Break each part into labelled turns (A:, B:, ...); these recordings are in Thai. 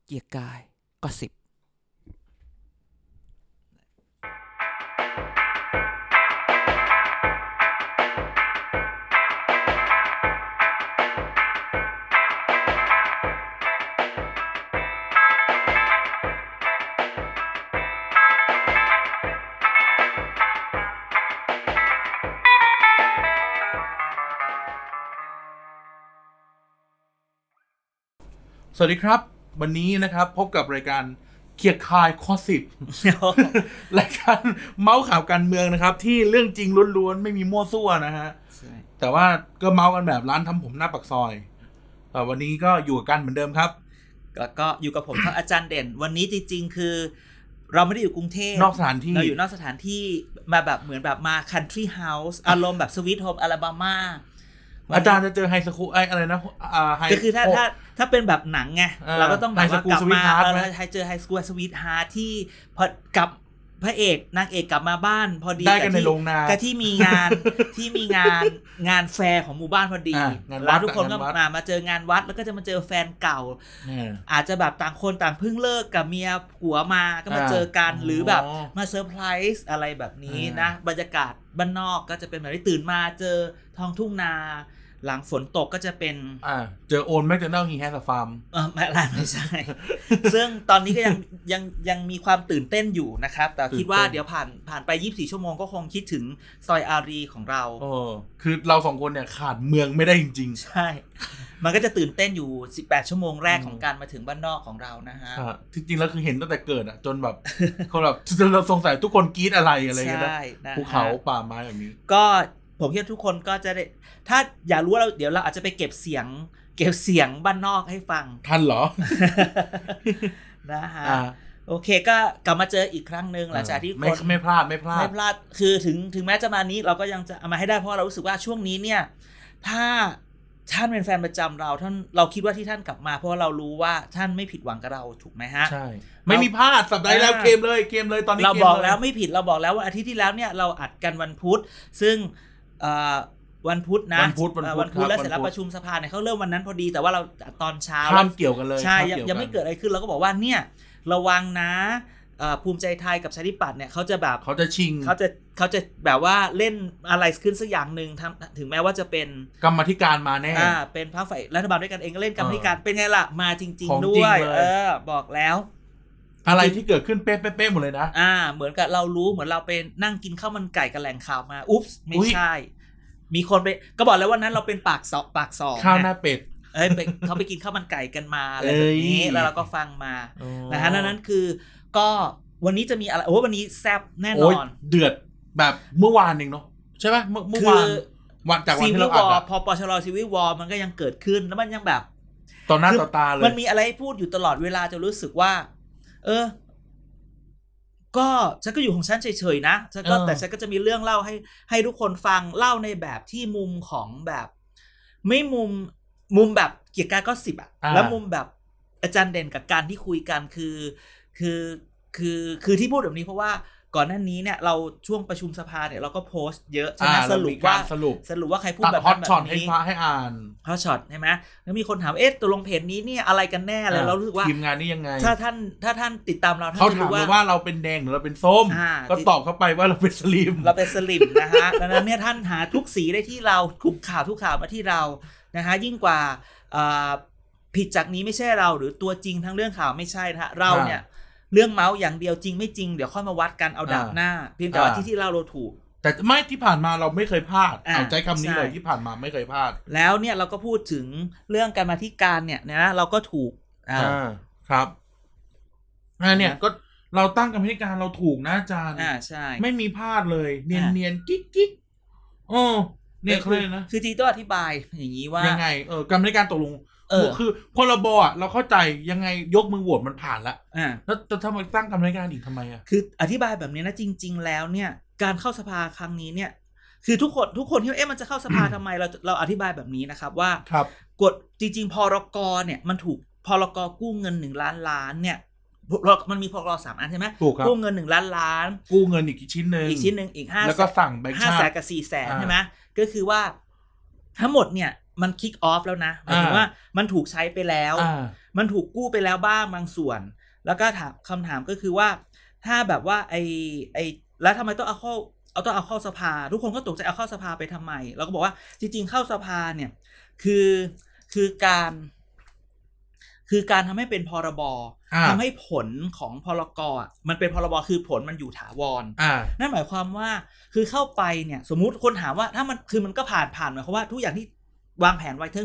A: เกียร์กายก็10
B: สวัสดีครับวันนี้นะครับพบกับรายการเกียร์คายข้อ10 รายการเมาส์ข่าวการเมืองนะครับที่เรื่องจริงล้วนๆไม่มีมั่วซั่วนะฮะแต่ว่าก็เมาส์กันแบบร้านทำผมหน้าปากซอยวันนี้ก็อยู่กับกันเหมือนเดิมครับ
A: แล้วก็อยู่กับผมครับ อาจารย์เด่นวันนี้จริงๆคือเราไม่ได้อยู่กรุงเทพ
B: นอกสถานที่
A: เราอยู่นอกสถานที่มาแบบเหมือนแบบมา country house อารมณ์แบบ Sweet Home Alabama
B: อาจารย์จะเจอไฮสคูลอะไรนะ
A: ก็คือถ้าเป็นแบบหนังไงเราก็ต้องแบบว่ากลับมาเจอไฮสคูลสวีทฮาร์ทที่พอกับพระเอกนางเอกกลับมาบ้านพอดี
B: ได้กันในโรงนา
A: ก็ที่มีงานแฟร์ของหมู่บ้านพอดีแล้วทุกคนก็มาเจองานวัดแล้วก็จะมาเจอแฟนเก่าอาจจะแบบต่างคนต่างเพิ่งเลิกกับเมียผัวมาก็มาเจอกันหรือแบบมาเซอร์ไพรส์อะไรแบบนี้นะบรรยากาศบ้านนอกก็จะเป็นแบบที่ตื่นมาเจอท้องทุ่งนาหลังฝนตกก็จะเป็น
B: เจอโอนแมคโดนัลด์ฮีแฮสฟาร์ม
A: ไม่ใช่ ซึ่งตอนนี้ก็ยังมีความตื่นเต้นอยู่นะครับแต่คิดว่าเดี๋ยวผ่านไป24ชั่วโมงก็คงคิดถึงซอยอารีของเรา
B: คือเราสองคนเนี่ยขาดเมืองไม่ได้จริง
A: ๆใช่มันก็จะตื่นเต้นอยู่18ชั่วโมงแรกของการมาถึงบ้านนอกของเรานะฮะ
B: จริงๆแล้วคือเห็นตั้งแต่เกิดจนแบบคนแบบเราสงสัยทุกคนกรี๊ดอะไรอย่างเงี้ยนะภูเขาป่าไม้แบบนี้
A: ก็ผมคิดว่าทุกคนก็จะได้ถ้าอยากรู้ว่าเดี๋ยวเราอาจจะไปเก็บเสียงบ้านนอกให้ฟัง
B: ทันเหรอ
A: นะฮะโอเคก็กลับมาเจออีกครั้งนึงหลังจากที่คน
B: ไม่พลาด
A: คือถึงแม้จะมานี้เราก็ยังจะเอามาให้ได้เพราะเรารู้สึกว่าช่วงนี้เนี่ยถ้าท่านเป็นแฟนประจำเราคิดว่าที่ท่านกลับมาเพราะเรารู้ว่าท่านไม่ผิดหวังกับเราถูกไหมฮะ
B: ใช่ไม่มีพลาดสัปดาห์แล้วเกมเลยตอนนี้
A: เราบอกแล้วไม่ผิดเราบอกแล้วว่าอาทิตย์ที่แล้วเนี่ยเราอัดกันวันพุธซึ่งวันพุธนะวันพุธแล้วเสร็จแล้วประชุมสภาเนี่ยเขาเริ่มวันนั้นพอดีแต่ว่าเราตอนเช้า
B: ข้ามเกี่ยวกันเลย
A: ใช่ยังไม่เกิดอะไรขึ้นเราก็บอกว่าเนี่ยระวังนะภูมิใจไทยกับชาติปัตย์เนี่ยเขาจะชิงเขาจะแบบว่าเล่นอะไรขึ้นสักอย่างนึงถึงแม้ว่าจะเป็น
B: กรรมธิการมาแน่
A: เป็นพรรคฝ่ายรัฐบาลด้วยกันเองก็เล่นกรรมธิการเป็นไงล่ะมาจริงๆด้วยบอกแล้ว
B: อะไรที่เกิดขึ้นเป๊ะๆหมดเลยนะ
A: เหมือนกับเรารู้เหมือนเราเป็นนั่งกินข้าวมันไก่กับแหล่งข่าวมาอุ๊บไม่ใช่มีคนไปก็บอกแล้วว่านั้นเราเป็นปากสอง
B: ข้าวหน้าเป็ด
A: เขาไปกินข้าวมันไก่กันมาอะไรแบบนี้แล้วเราก็ฟังมานะฮะนั้นคือก็วันนี้จะมีอะไรวันนี้แซ่บแน่นอน
B: เดือดแบบเมื่อวานเองเนาะใช่ไหมเมื่อวานจากวันที่เราอัด
A: พอปชรซีวิวอร์มันก็ยังเกิดขึ้นแล้วมันยังแบบ
B: ต่อหน้าต่อตาเลย
A: มันมีอะไรให้พูดอยู่ตลอดเวลาจะรู้สึกว่าก็ฉันก็อยู่ของฉันเฉยๆนะแต่ฉันก็จะมีเรื่องเล่าให้ทุกคนฟังเล่าในแบบที่มุมของแบบไม่มุมแบบเกียรติกายก็10แล้วมุมแบบอาจารย์เด่นกับการที่คุยกันคือที่พูดแบบนี้เพราะว่าก่อนหน้านี้เนี่ยเราช่วงประชุมสภาเนี่ยเราก็โพสต์เยอะใช่ไหมสรุปว่าใครพูดแบบ
B: ฮอตช็อตให้อ่าน
A: ฮอตช็อตใช่ไหมแล้วมีคนถามตัวลงเพจนี้เนี่ยอะไรกันแน่แล้วเรารู้สึกว่า
B: ทีมงานนี้ยังไง
A: ถ้าท่านติดตามเรา
B: เขาถามว่าเราเป็นแดงหรือเราเป็นส้มก็ตอบเข้าไปว่าเราเป็นสลิม
A: นะฮะดังนั้นเนี่ยท่านหาทุกสีได้ที่เราทุกข่าวมาที่เรานะฮะยิ่งกว่าผิดจากนี้ไม่ใช่เราหรือตัวจริงทั้งเรื่องข่าวไม่ใช่นะฮะเราเนี่ยเรื่องเมาส์อย่างเดียวจริงไม่จริงเดี๋ยวค่อยมาวัดกันเอาดาบหน้าเพียงแต่ว่าที่เราถูก
B: แต่ไม่ที่ผ่านมาเราไม่เคยพลาดเอาใจคำนี้เลยที่ผ่านมาไม่เคยพลาด
A: แล้วเนี่ยเราก็พูดถึงเรื่องการมาธิการเนี่ยนะเราก็ถูก
B: ครับเนี่ยก็เราตั้งกรรมธิการเราถูกนะอาจารย์
A: ใช่
B: ไม่มีพลาดเลยเนียนกิ๊กเนี่ยเขาเลยนะ
A: คือทีต้องอธิบายอย่างนี้ว่า
B: ยังไงกรรมธิการตกลงคือพรบเราเข้าใจยังไงยกมือโหวตมันผ่านแล้วทำไมตั้งกรรมธิการอีกทำไม
A: คืออธิบายแบบนี้นะจริงๆแล้วเนี่ยการเข้าสภาครั้งนี้เนี่ยคือทุกคนที่มันจะเข้าสภาทำไมเราอธิบายแบบนี้นะครับว่ากฎจริงๆพรกเนี่ยมันถูกพรกกู้เงิน1 ล้านล้านเนี่ยมันมีพรก3 อันใช่ไหมกู้เงิน1 ล้านล้าน
B: กู้เงินอีกชิ้นนึง
A: อีก5
B: แล้วก็สั่งแบงค์ชาติ
A: 500,000 กับ 400,000ใช่ไหมก็คือว่าทั้งหมดเนี่ยมันคิกออฟแล้วนะหมายถึงว่ามันถูกใช้ไปแล้วมันถูกกู้ไปแล้วบ้างบางส่วนแล้วก็คำถามก็คือว่าถ้าแบบว่าไอแล้วทำไมต้องเอาเข้าสภาทุกคนก็ตกใจเอาเข้าสภาไปทำไมเราก็บอกว่าจริงๆเข้าสภาเนี่ยคือการทำให้เป็นพรบทำให้ผลของพรกมันเป็นพรบคือผลมันอยู่ถาวรนั่นหมายความว่าคือเข้าไปเนี่ยสมมุติคนถามว่าถ้ามันคือมันก็ผ่านหมายความว่าทุกอย่างที่วางแผนไว้ถึง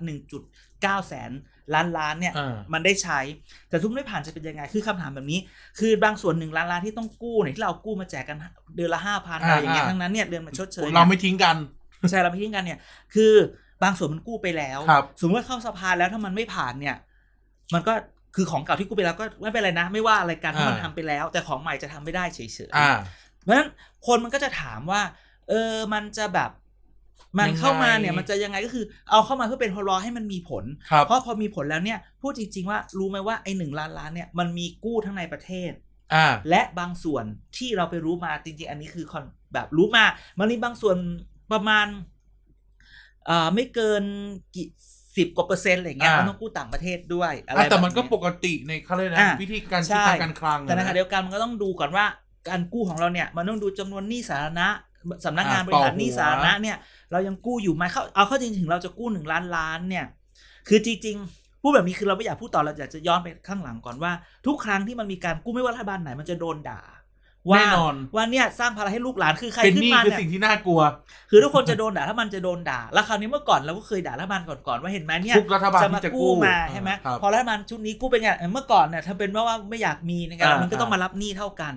A: 1.9 แสนล้านเนี่ยมันได้ใช้แต่ทุกไม่ผ่านจะเป็นยังไงคือคำถามแบบนี้คือบางส่วน1 ล้านล้านที่ต้องกู้เนี่ยที่เรากู้มาแจกกันเดือนละ 5,000 อะไรอย่างเงี้ยทั้งนั้นเนี่ยเดือนมาชดเชย
B: เราไม่ทิ้งกัน
A: ใช่เราไม่ทิ้งกันเนี่ยคือบางส่วนมันกู้ไปแล้วสมมติว่าเข้าสภาแล้วถ้ามันไม่ผ่านเนี่ยมันก็คือของเก่าที่กู้ไปแล้วก็ไม่เป็นไรนะไม่ว่าอะไรกันเพราะมันทำไปแล้วแต่ของใหม่จะทำไม่ได้เฉยๆเพราะฉะนั้นคนมันก็จะถามว่ามันจะแบบมันเข้ามาเนี่ยมันจะยังไงก็คือเอาเข้ามาเพื่อเป็นพรบให้มันมีผลเพราะพอมีผลแล้วเนี่ยพูดจริงๆว่ารู้ไหมว่าไอ้1 ล้านล้านเนี่ยมันมีกู้ทั้งในประเทศและบางส่วนที่เราไปรู้มาจริงๆอันนี้คือแบบรู้มามันมีบางส่วนประมาณไม่เกินกี่10 กว่า%อะไรเงี้ยมันต้องกู้ต่างประเทศด้วยอะไรแต่
B: มันก็ปกติในเขาเลยนะวิธีการคิดทางการคลัง
A: แต่ในขณะเดียวกันมันก็ต้องดูก่อนว่าการกู้ของเราเนี่ยมันต้องดูจำนวนหนี้สาธารณะสำนักงานบริหารหนี้สาธารณะเนี่ยเรายังกู้อยู่ไหมเอาเข้าจริงๆเราจะกู้1 ล้านล้านเนี่ยคือจริงๆพูดแบบนี้คือเราไม่อยากพูดต่อเราอยากจะย้อนไปข้างหลังก่อนว่าทุกครั้งที่มันมีการกู้ไม่ว่ารัฐบาลไหนมันจะโดนด่า
B: แน่นอน
A: ว่าเนี่ยสร้างภาระให้ลูกหลานคือใครขึ้นมา
B: เนี่ยเป็นสิ่งที่น่ากลัว
A: คือทุกคนจะโดนด่าถ้ามันจะโดนด่าแล้วคราวนี้เมื่อก่อนเราก็เคยด่ารัฐบาลก่อนๆว่าเห็นไหมเนี่ยจะมากู้มาใช่ไหมพอรัฐบาลชุดนี้กู้เป็นไงเมื่อก่อนเนี่ยถ้าเป็นว่าไม่อยากมีนะครับมันก็ต้องมารับหนี้เท่ากัน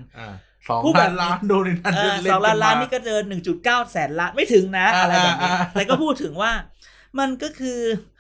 B: 2 ล้านโดนในนั้น
A: 2 ล้านนี่ก็เดิน 1.9 แสนล้านไม่ถึงนะอะไรแบบนี้แต่ก็พูดถึงว่ามันก็คือ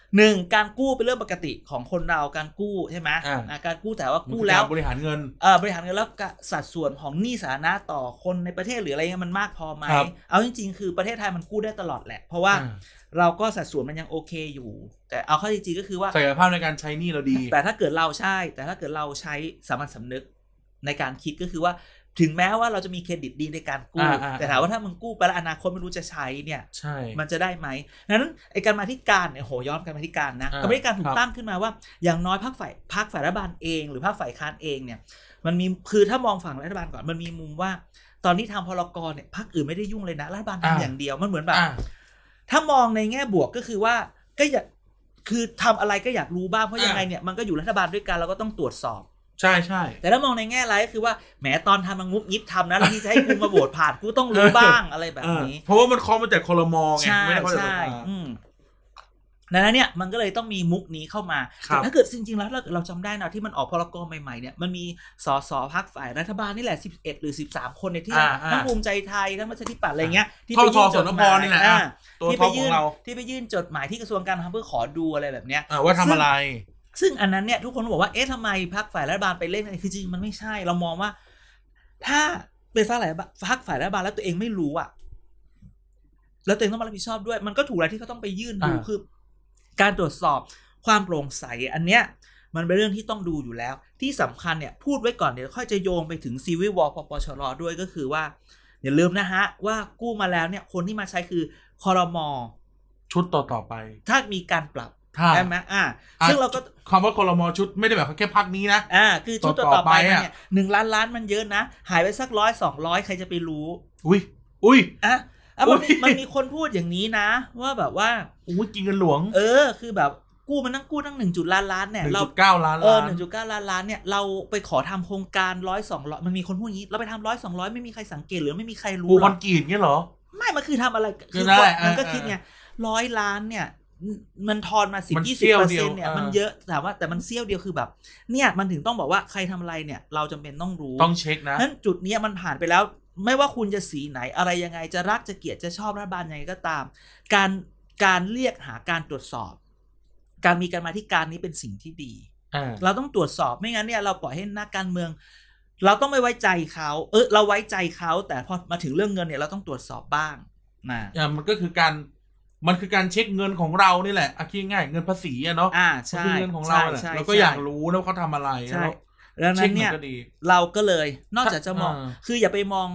A: 1การกู้เป็นเรื่องปกติของคนเราการกู้ใช่ไหมการกู้แต่ว่ากู้แล้ว
B: บริหารเงิน
A: แล้วสัดส่วนของหนี้สาธารณะต่อคนในประเทศหรืออะไรเงี้ยมันมากพอไหมเอาจริงๆคือประเทศไทยมันกู้ได้ตลอดแหละเพราะว่าเราก็สัดส่วนมันยังโอเคอยู่แต่เอาเข้าจริงๆก็คือว่า
B: ศักยภาพในการใช้หนี้เราดี
A: แต่ถ้าเกิดเราใช้สามัญสำนึกในการคิดก็คือว่าถึงแม้ว่าเราจะมีเครดิตดีในการกู้แต่ถามว่าถ้ามึงกู้ไปแล้วอนาคตไม่รู้จะใช้เนี่ยมันจะได้ไหมนั้นไอ้การมาธิการเนี่ยโหย้อนการมาธิการนะการมาธิการถูกตั้งขึ้นมาว่าอย่างน้อยพรรคฝ่ายรัฐบาลเองหรือพรรคฝ่ายค้านเองเนี่ยมันมีคือถ้ามองฝั่งรัฐบาลก่อนมันมีมุมว่าตอนนี้ทำพรกเนี่ยพรรคอื่นไม่ได้ยุ่งเลยนะรัฐบาลทำอย่างเดียวมันเหมือนแบบถ้ามองในแง่บวกก็คือว่าก็อยากคือทำอะไรก็อยากรู้บ้างเพราะยังไงเนี่ยมันก็อยู่รัฐบาลด้วยกันเราก็ต้องตรวจสอบ
B: ใช่
A: แต่ถ้ามองในแง่ร้ายก็คือว่าแหมตอนทำมันงุบงิบทำนะแล้วที่จะให้กูมาโหวตผ่านกูต้องรู้บ้างอะไรแบบนี้
B: เพราะว่ามันคอมาจากครม.ไงไม่ได้เข้าจาก
A: ดังนั้นเนี่ยมันก็เลยต้องมีมุกนี้เข้ามาแต่ถ้าเกิดจริงๆแล้วเราจำได้นะที่มันออกพรก.ใหม่ๆเนี่ยมันมีสสพรรคฝ่ายรัฐบาลนี่แหละ11หรือ13คนเนี่ยที่ทั้งภูมิใจไทยทั้งประชาธิปัตย์อะไรเงี้ยที่ไปยื่นจดหมาย
B: นี่แหละ
A: ที่ไปยื่นจดหมายที่กระทรวงการคลังเพื่อขอดูอะไรแบบเนี้ย
B: ว่าทำอะไร
A: ซึ่งอันนั้นเนี่ยทุกคนบอกว่าทำไมพรรคฝ่ายรัฐบาลไปเล่นอะไรคือจริงมันไม่ใช่เรามองว่าถ้าเป็นพรรคฝ่ายรัฐบาลแล้วตัวเองไม่รู้อ่ะแล้วตัวเองต้องมารับผิดชอบด้วยมันก็ถูกแล้วที่เขาต้องไปยื่นดูคือการตรวจสอบความโปร่งใสอันเนี้ยมันเป็นเรื่องที่ต้องดูอยู่แล้วที่สำคัญเนี่ยพูดไว้ก่อนเดี๋ยวค่อยจะโยงไปถึงซีวิลวอร์ปปชรด้วยก็คือว่าอย่าลืมนะฮะว่ากู้มาแล้วเนี่ยคนที่มาใช้คือครม.
B: ชุดต่อไป
A: ถ้ามีการปรับใช่ไหมซึ่งเราก็
B: คำว่าครม.ชุดไม่ได้แบบแค่พักนี้นะ
A: คือชุดต่อไปเนี่ย1 ล้านล้านมันเยอะนะหายไปสัก100-200ใครจะไปรู้
B: อุ้ย
A: มันมีคนพูดอย่างนี้นะว่าแบบว่า
B: กินเงินหลวง
A: คือแบบกู้มันกู้ตั้ง1 ล้านล้านเนี่ย
B: เรา1.9 ล้าน
A: 1.9 ล้านล้านเนี่ยเราไปขอทำโครงการ100-200มันมีคนพูดอย่างนี้เราไปทำ100-200ไม่มีใครสังเกตหรือไม่มีใครรู้
B: ปูคอนกรีตเนี่ยเหรอ
A: ไม่มันคือทำอะไรคือมันก็คิดไง100 ล้านเนี่ยมันทอนมา 10-20% เนี่ยมันเยอะแต่มันเสี้ยวเดียวคือแบบเนี่ยมันถึงต้องบอกว่าใครทำอะไรเนี่ยเราจำเป็นต้องรู้
B: ต้องเช็คนะ
A: นั้นจุดนี้มันผ่านไปแล้วไม่ว่าคุณจะสีไหนอะไรยังไงจะรักจะเกลียดจะชอบรัฐบาลยังไงก็ตามการเรียกหาการตรวจสอบการมีการมาธิการนี้เป็นสิ่งที่ดีเราต้องตรวจสอบไม่งั้นเนี่ยเราปล่อยให้นักการเมืองเราต้องไม่ไว้ใจเขาเราไว้ใจเขาแต่พอมาถึงเรื่องเงินเนี่ยเราต้องตรวจสอบบ้างนะ
B: มันก็คือการเช็คเงินของเรานี่แหละคิดง่ายเงินภาษีเนาะ
A: ใช่
B: เงินของเราเราก็อยากรู้นะเขาทำอะไร
A: แล้วนั้นเนี่ยเราก็เลยนอกจากจะมองคืออย่าไปมอง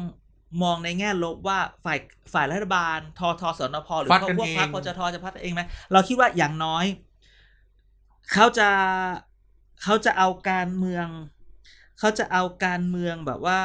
A: มองในแง่ลบว่าฝ่ายรัฐบาลททสนพหรือพวกพรรคปชทจะพัฒเองไหมเราคิดว่าอย่างน้อยเขาจะเอาการเมืองแบบว่า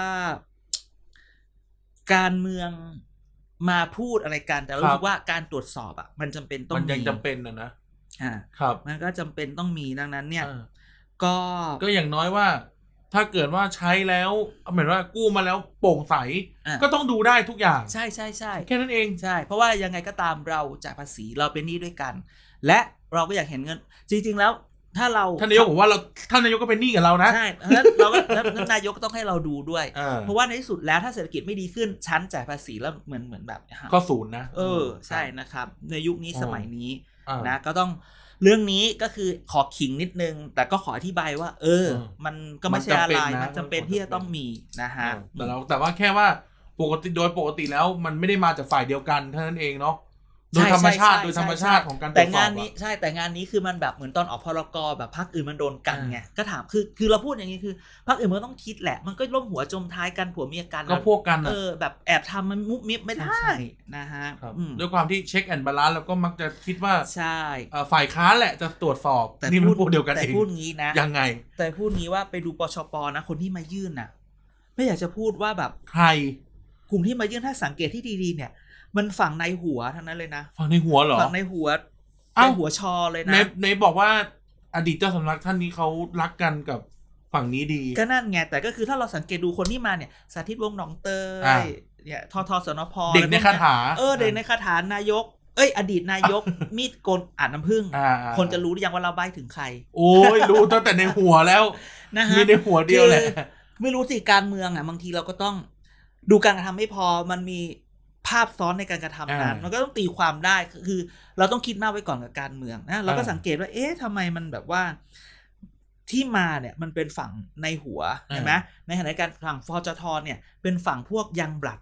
A: การเมืองมาพูดอะไรกันแต่รู้สึกว่าการตรวจสอบอ่ะมันจำเป็นต้องมี
B: มันยังจำเป็นนะครับ
A: มันก็จำเป็นต้องมีดังนั้นเนี่ย
B: ก็อย่างน้อยว่าถ้าเกิดว่าใช้แล้วเหมือนว่ากู้มาแล้วโปร่งใสก็ต้องดูได้ทุกอย่าง
A: ใช่ใช่ใช่
B: แค่นั้นเอง
A: ใช่เพราะว่ายังไงก็ตามเราจ่ายภาษีเราเป็นหนี้ด้วยกันและเราก็อยากเห็นเงินจริงๆแล้วถ้าเรา
B: ท่านนายกบอกว่าท่านนายกก็เป็นหนี้กับเรานะ
A: ใช่แล้วเราก็นายกต้องให้เราดูด้วยเพราะว่าในที่สุดแล้วถ้าเศรษฐกิจไม่ดีขึ้นชั้นจ่ายภาษีแล้วเหมือนแบบ
B: ก็ศูนย์นะ
A: ใช่นะครับในยุคนี้สมัยนี้นะก็ต้องเรื่องนี้ก็คือขอขิงนิดนึงแต่ก็ขออธิบายว่ามันก็ไม่ใช่อะไรมันจำเป็นที่จะต้องมีนะฮะ
B: แต่ว่าแค่ว่าโดยปกติแล้วมันไม่ได้มาจากฝ่ายเดียวกันเท่านั้นเองเนาะโดยธรรมชาติของการตรวจสอบ
A: แต่งานนี้ใช่แต่งานนี้คือมันแบบเหมือนตอนออกพรกแบบพรรคอื่นมันโดนกันไงก็ถามคือเราพูดอย่างนี้คือพรรคอื่นมันต้องคิดแหละมันก็ล้มหัวจมท้ายกันผัวเมียกัน
B: ก็พวกกัน
A: แบบแอบทำมันมุบมิบไม่ได้นะฮะ
B: ด้วยความที่เช็คแอนด์บาลานซ์เราก็มักจะคิดว่า
A: ใช่
B: ฝ่ายค้านแหละจะตรวจสอบ
A: แต่นี่
B: มันพวกเดียวกันเอง
A: แต่พูดงี้นะ
B: ยังไง
A: แต่พูดงี้ว่าไปดูปชปนะคนที่มายื่นน่ะไม่อยากจะพูดว่าแบบ
B: ใคร
A: กลุ่มที่มายื่นถ้าสังเกตที่ดีๆเนี่ยมันฝั่งในหัวทั้งนั้นเลยนะ
B: ฝั่งในหัวเหรอ
A: ฝั่งในหัวชอเลยนะ
B: ในบอกว่าอดีตเจ้าสำนักท่านนี้เขารักกันกับฝั่งนี้ดี
A: ก็นั่นไงแต่ก็คือถ้าเราสังเกตดูคนที่มาเนี่ยสาธิตวงศ์หนองเตยเนี่ยททสนพ
B: เด็กในคาถา
A: เด็กในคาถานายกอดีตนายกมีดโกนอ่านน้ำผึ้งคนจะรู้หรือยังว่าเราใบ้ถึงใคร
B: โอ้ยรู้ตั้งแต่ในหัวแล้ว
A: นะฮะ
B: มีในหัวเดียวแหละ
A: ไม่รู้สิการเมืองบางทีเราก็ต้องดูการกระทำไม่พอมันมีภาพซ้อนในการกระทำนั้นมันก็ต้องตีความได้คือเราต้องคิดมากไว้ก่อนกับการเมืองนะเราก็สังเกตว่าทำไมมันแบบว่าที่มาเนี่ยมันเป็นฝั่งในหัวใช่ไหมในขณะการฝั่งฟจทเนี่ยเป็นฝั่งพวกยังบลัด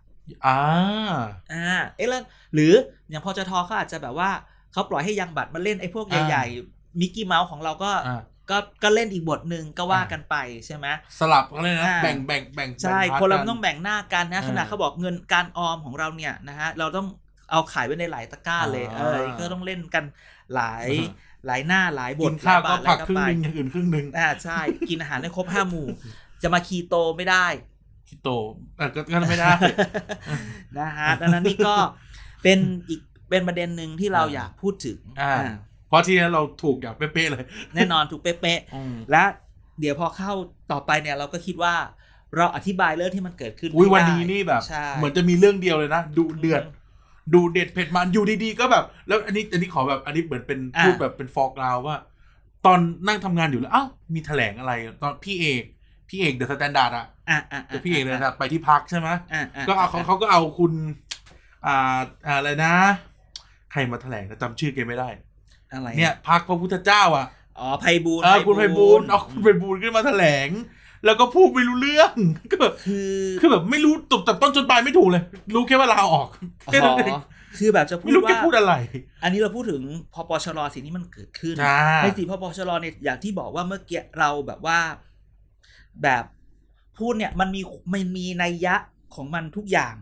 A: แล้วหรืออย่างฟจทเขาอาจจะแบบว่าเขาปล่อยให้ยังบลัดมาเล่นไอ้พวกใหญ่ๆมิกกี้เมาส์ของเราก็เล่นอีกบทหนึ่งก็ว่ากันไปใช่ไหม
B: สลับกันเลยนะแบ่ง
A: ใช่คนเราต้องแบ่งหน้ากันนะขณะเขาบอกเงินการออมของเราเนี่ยนะฮะเราต้องเอาขายไว้ในหลายตะกร้าเลยก็ต้องเล่นกันหลายหน้าหลายบท
B: กินข้าวก็ผักครึ่งนึงอย่างอื่นครึ่งนึง
A: ใช่กินอาหารให้ครบ5 หมู่จะมาคีโตไม่ได้
B: คีโตก็ไม่ได้
A: นะฮะดังนั้นนี่ก็เป็นประเด็นหนึ่งที่เราอยากพูดถึง
B: เพราะที่นั้นเราถูกอย่างเป๊ะๆเลย
A: แน่นอนถูกเป๊ะๆและเดี๋ยวพอเข้าต่อไปเนี่ยเราก็คิดว่าเราอธิบายเรื่องที่มันเกิดขึ้น
B: วันนี้นี่แบบเหมือนจะมีเรื่องเดียวเลยนะดูเด็ดเผ็ดมันอยู่ดีๆก็แบบแล้วอันนี้ขอแบบอันนี้เหมือนเป็นพูดแบบเป็นฟอร์กราวว่าตอนนั่งทำงานอยู่แล้วมีแถลงอะไรตอนพี่เอกเดอะสแตนดาร์ดแต่พี่เอกเลยนะไปที่พักใช่ไหมก็เอาเขาก็เอาคุณอะไรนะใครมาแถลงจำชื่อแกไม่ได้เนี่ยพักพระพุทธเจ้า
A: ไพบูลย์
B: คุณไพบูลย์เอาคุณไพบูลย์ขึ้นมาแถลงแล้วก็พูดไม่รู้เรื่องก็แบบคือแบบไม่รู้ตกจากต้นจนปลายไม่ถูกเลยรู้แค่ว่าลาออก
A: คือแบบจะพูดว่า
B: ไม่รู้แกพูดอะไร
A: อันนี้เราพูดถึงพปชรสิ่งนี้มันเกิดขึ้นในสิ่งพปชรเนี่ยอย่างที่บอกว่าเมื่อกี้เราแบบว่าแบบพูดเนี่ยมันมีนัยยะของมันทุกอย่าง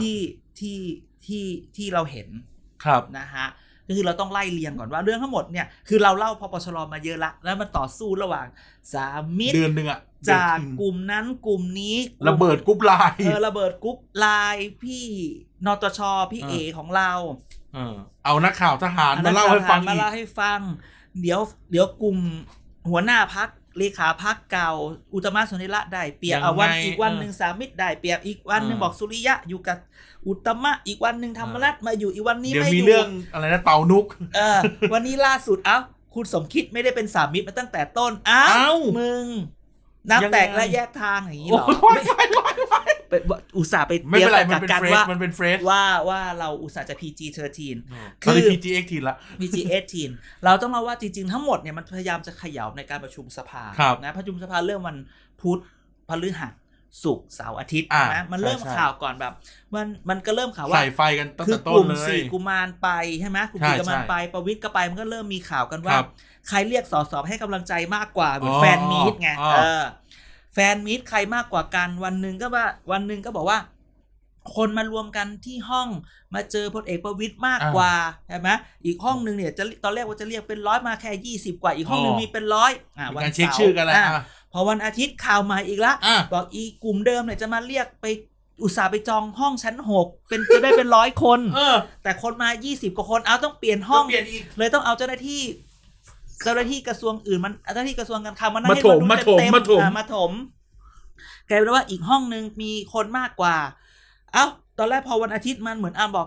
A: ที่เราเห็นนะฮะก็คือเราต้องไล่เรียงก่อนว่าเรื่องทั้งหมดเนี่ยคือเราเล่าพปชรมาเยอะละแล้วมันต่อสู้ระหว่างสามมิตร
B: เดือนนึง
A: จากกลุ่มนั้นกลุ่มนี้
B: ระเบิดกรุ๊ปไลน์
A: ระเบิดกรุ๊ปไลน์พี่นตชพี่เอของเรา
B: เอานักข่าวทหารมาเล่าให้
A: ฟังเดี๋ยวกลุ่มหัวหน้าพรรคเลขาพรรคเก่าอุตตมะสนธิระได้เปรียบอีกวันนึงสามมิตรได้เปรียบอีกวันนึงบอกสุริยะอยู่กับอุตตมะอีกวันนึงธรรมรัตน์มาอยู่อีกวันนี้ไม่อยู่
B: เดี๋ยวมีเรื่องอะไรนะเป่านุก
A: วันนี้ล่าสุดคุณสมคิดไม่ได้เป็นสามมิตรมาตั้งแต่ต้นมึงน้ำแตกและแยกทางอย่างนี้หรออุตส่าห์ไป
B: เตรียมกัน
A: ว่าเราอุตส่าห์จะ PG-13
B: คือ PG-18 ละ
A: PG-18 เราต้องเล่าว่าจริงๆทั้งหมดเนี่ยมันพยายามจะเขย่าในการประชุมสภานะประชุมสภาเริ่มวันพุธพฤหัสศุกร์เสาร์อาทิตย์นะมันเริ่มข่าวก่อนแบบมันก็เริ่มข่าวว่า
B: ใส่ไฟกันตั้งแต่ต้นเลย
A: คือกลุ่ม4กุมารไปใช่ไหมกลุ่ม4กุมารไปประวิตรก็ไปมันก็เริ่มมีข่าวกันว่าใครเรียกสสให้กำลังใจมากกว่าเหมือนแฟนมีตไงแฟนมีตใครมากกว่ากันวันหนึ่งก็บอกว่าคนมารวมกันที่ห้องมาเจอพลเอกประวิตรมากกว่าใช่ไหมอีกห้องนึงเนี่ยจะตอนแรกว่าจะเรียกเป็น100มาแค่20กว่าอีกห้องนึงมีเป็น100
B: วันเช็คชื่อกันแล้ว
A: พอวันอาทิตย์ข่าวใหม่อีกละบอกอีกลุ่มเดิมเนี่ยจะมาเรียกไปอุตส่าห์ไปจองห้องชั้น6เป็นจะได้เป็น100คนแต่คนมา20กว่าคนเอาต้องเปลี่ยนห้องเลยต้องเอาเจ้าหน้าที่กระทรวงอื่นมันเจ้าหน้าที่กระทรวงการคลังมานั่งให้มันดูเต็มมาถมกลายเป็นว่าอีกห้องนึงมีคนมากกว่าเอ้าตอนแรกพอวันอาทิตย์มันเหมือนบอก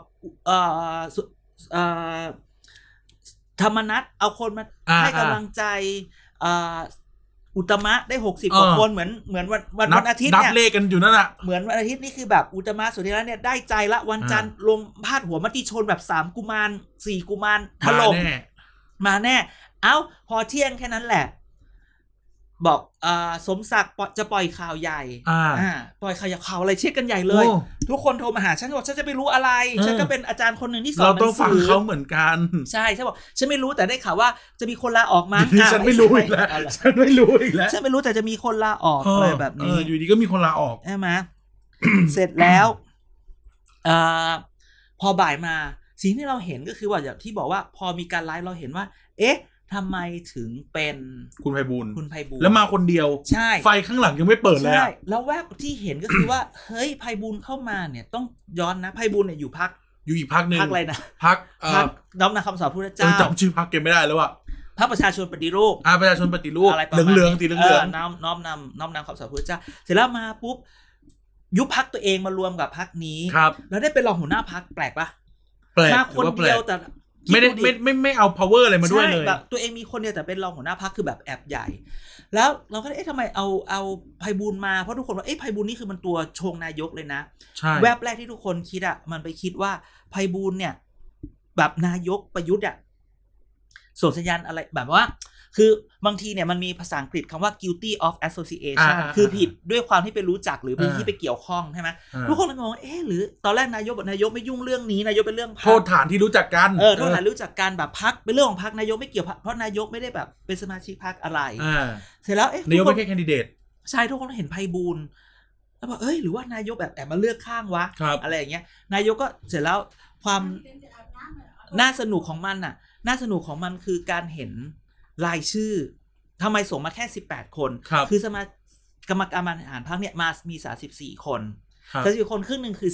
A: ธรรมนัสเอาคนมาให้กำลังใจอุตมะได้60กว่าคนเหมือนวันอาทิตย์เนี่ย
B: นับเลขกันอยู่นั่นแหละ
A: เหมือนวันอาทิตย์นี่คือแบบอุตมะสุทธิรัตน์เนี่ยได้ใจละวันจันทร์ลงพาดหัวมติชนแบบ3กุมาร4กุมารถล่มมาแน่เอ้าพอเที่ยงแค่นั้นแหละบอกสมศักดิ์จะปล่อยข่าวใหญ่ปล่อยข่าวอะไรเช็คกันใหญ่เลยทุกคนโทรมาหาฉันบอกฉันจะไปรู้อะไรฉันก็เป็นอาจารย์คนหนึ่งที่สอนหนังสือเรา
B: ต้องฟังเขาเหมือนกัน
A: ใช่ฉันบอกฉันไม่รู้แต่ได้ข่าวว่าจะมีคนลาออกมั้ง
B: ฉันไม่รู้อีกแล้วฉันไม่รู้
A: แต่จะมีคนลาออกอะไรแบบนี้
B: อยู่ดีก็มีคนลาออก
A: ใช่ไหม เสร็จแล้วพอบ่ายมาสิ่งที่เราเห็นก็คือว่าอย่างที่บอกว่าพอมีการไลฟ์เราเห็นว่าเอ๊ะทำไมถึงเป็น
B: คุณไพบูลย์แล้วมาคนเดียว
A: ใช่
B: ไฟข้างหลังยังไม่เปิดเลยใช่
A: แล้วแวบที่เห็นก็คือว่าเฮ้ยไพบูลย์เข้ามาเนี่ยต้องย้อนนะไพบูลย์เนี่ยอยู่
B: อีกพรรคนึง
A: พรรคอะไรนะ
B: พรรค
A: น้อมนำคำสอนพระพุทธเจ้า
B: จำชื่อพรรคเก็บไม่ได้แล้วว่ะ
A: พรรคประชาชนปฏิรูป
B: ประชาชนปฏิรูปเหลืองๆสีเหลือง
A: น้อมนำคำสอนพระพุทธเจ้าเสร็จแล้วมาปุ๊บยุบพรรคตัวเองมารวมกับพรรคนี้แล้วได้เป็นรองหัวหน้าพรรคแปลกปะมาคนเดียวแต่
B: ไม่เอา power อะไรมาด้วยเลย
A: แบบตัวเองมีคนเดียวแต่เป็นรองหัวหน้าพรรคคือแบบแอบใหญ่แล้วเราก็ทำไมเอาไพบูลย์มาเพราะทุกคนว่าไพบูลย์นี่คือมันตัวชงนายกเลยนะแวบแรกที่ทุกคนคิดมันไปคิดว่าไพบูลย์เนี่ยแบบนายกประยุทธ์ส่งสัญญาณอะไรแบบว่าคือบางทีเนี่ยมันมีภาษาอังกฤษคำว่า guilty of association คือผิดด้วยความที่ไปรู้จักหรือที่ไปเกี่ยวข้องใช่ไหมทุกคนเลยมองว่าหรือตอนแรกนายกไม่ยุ่งเรื่องนี้นายกเป็นเรื่องพรรค
B: โทษฐานที่รู้จักกัน
A: โทษฐานรู้จักกันแบบพรรคเป็นเรื่องของพรรคนายกไม่เกี่ยวเพราะนายกไม่ได้แบบเป็นสมาชิกพรรคอะไรเสร็จแล้ว
B: นายกไม่แค่แคนดิเดต
A: ใช่ทุกคนเห็นไพบูลย์แล้วบอกหรือว่านายกแบบแอบมาเลือกข้างวะอะไรอย่างเงี้ยนายกก็เสร็จแล้วความน่าสนุกของมันคือการเห็นรายชื่อทำไมส่งมาแค่18คนคือสมากรรมการบริหารพรรคเนี่ยมามี34คน34คนครึ่งนึงคือ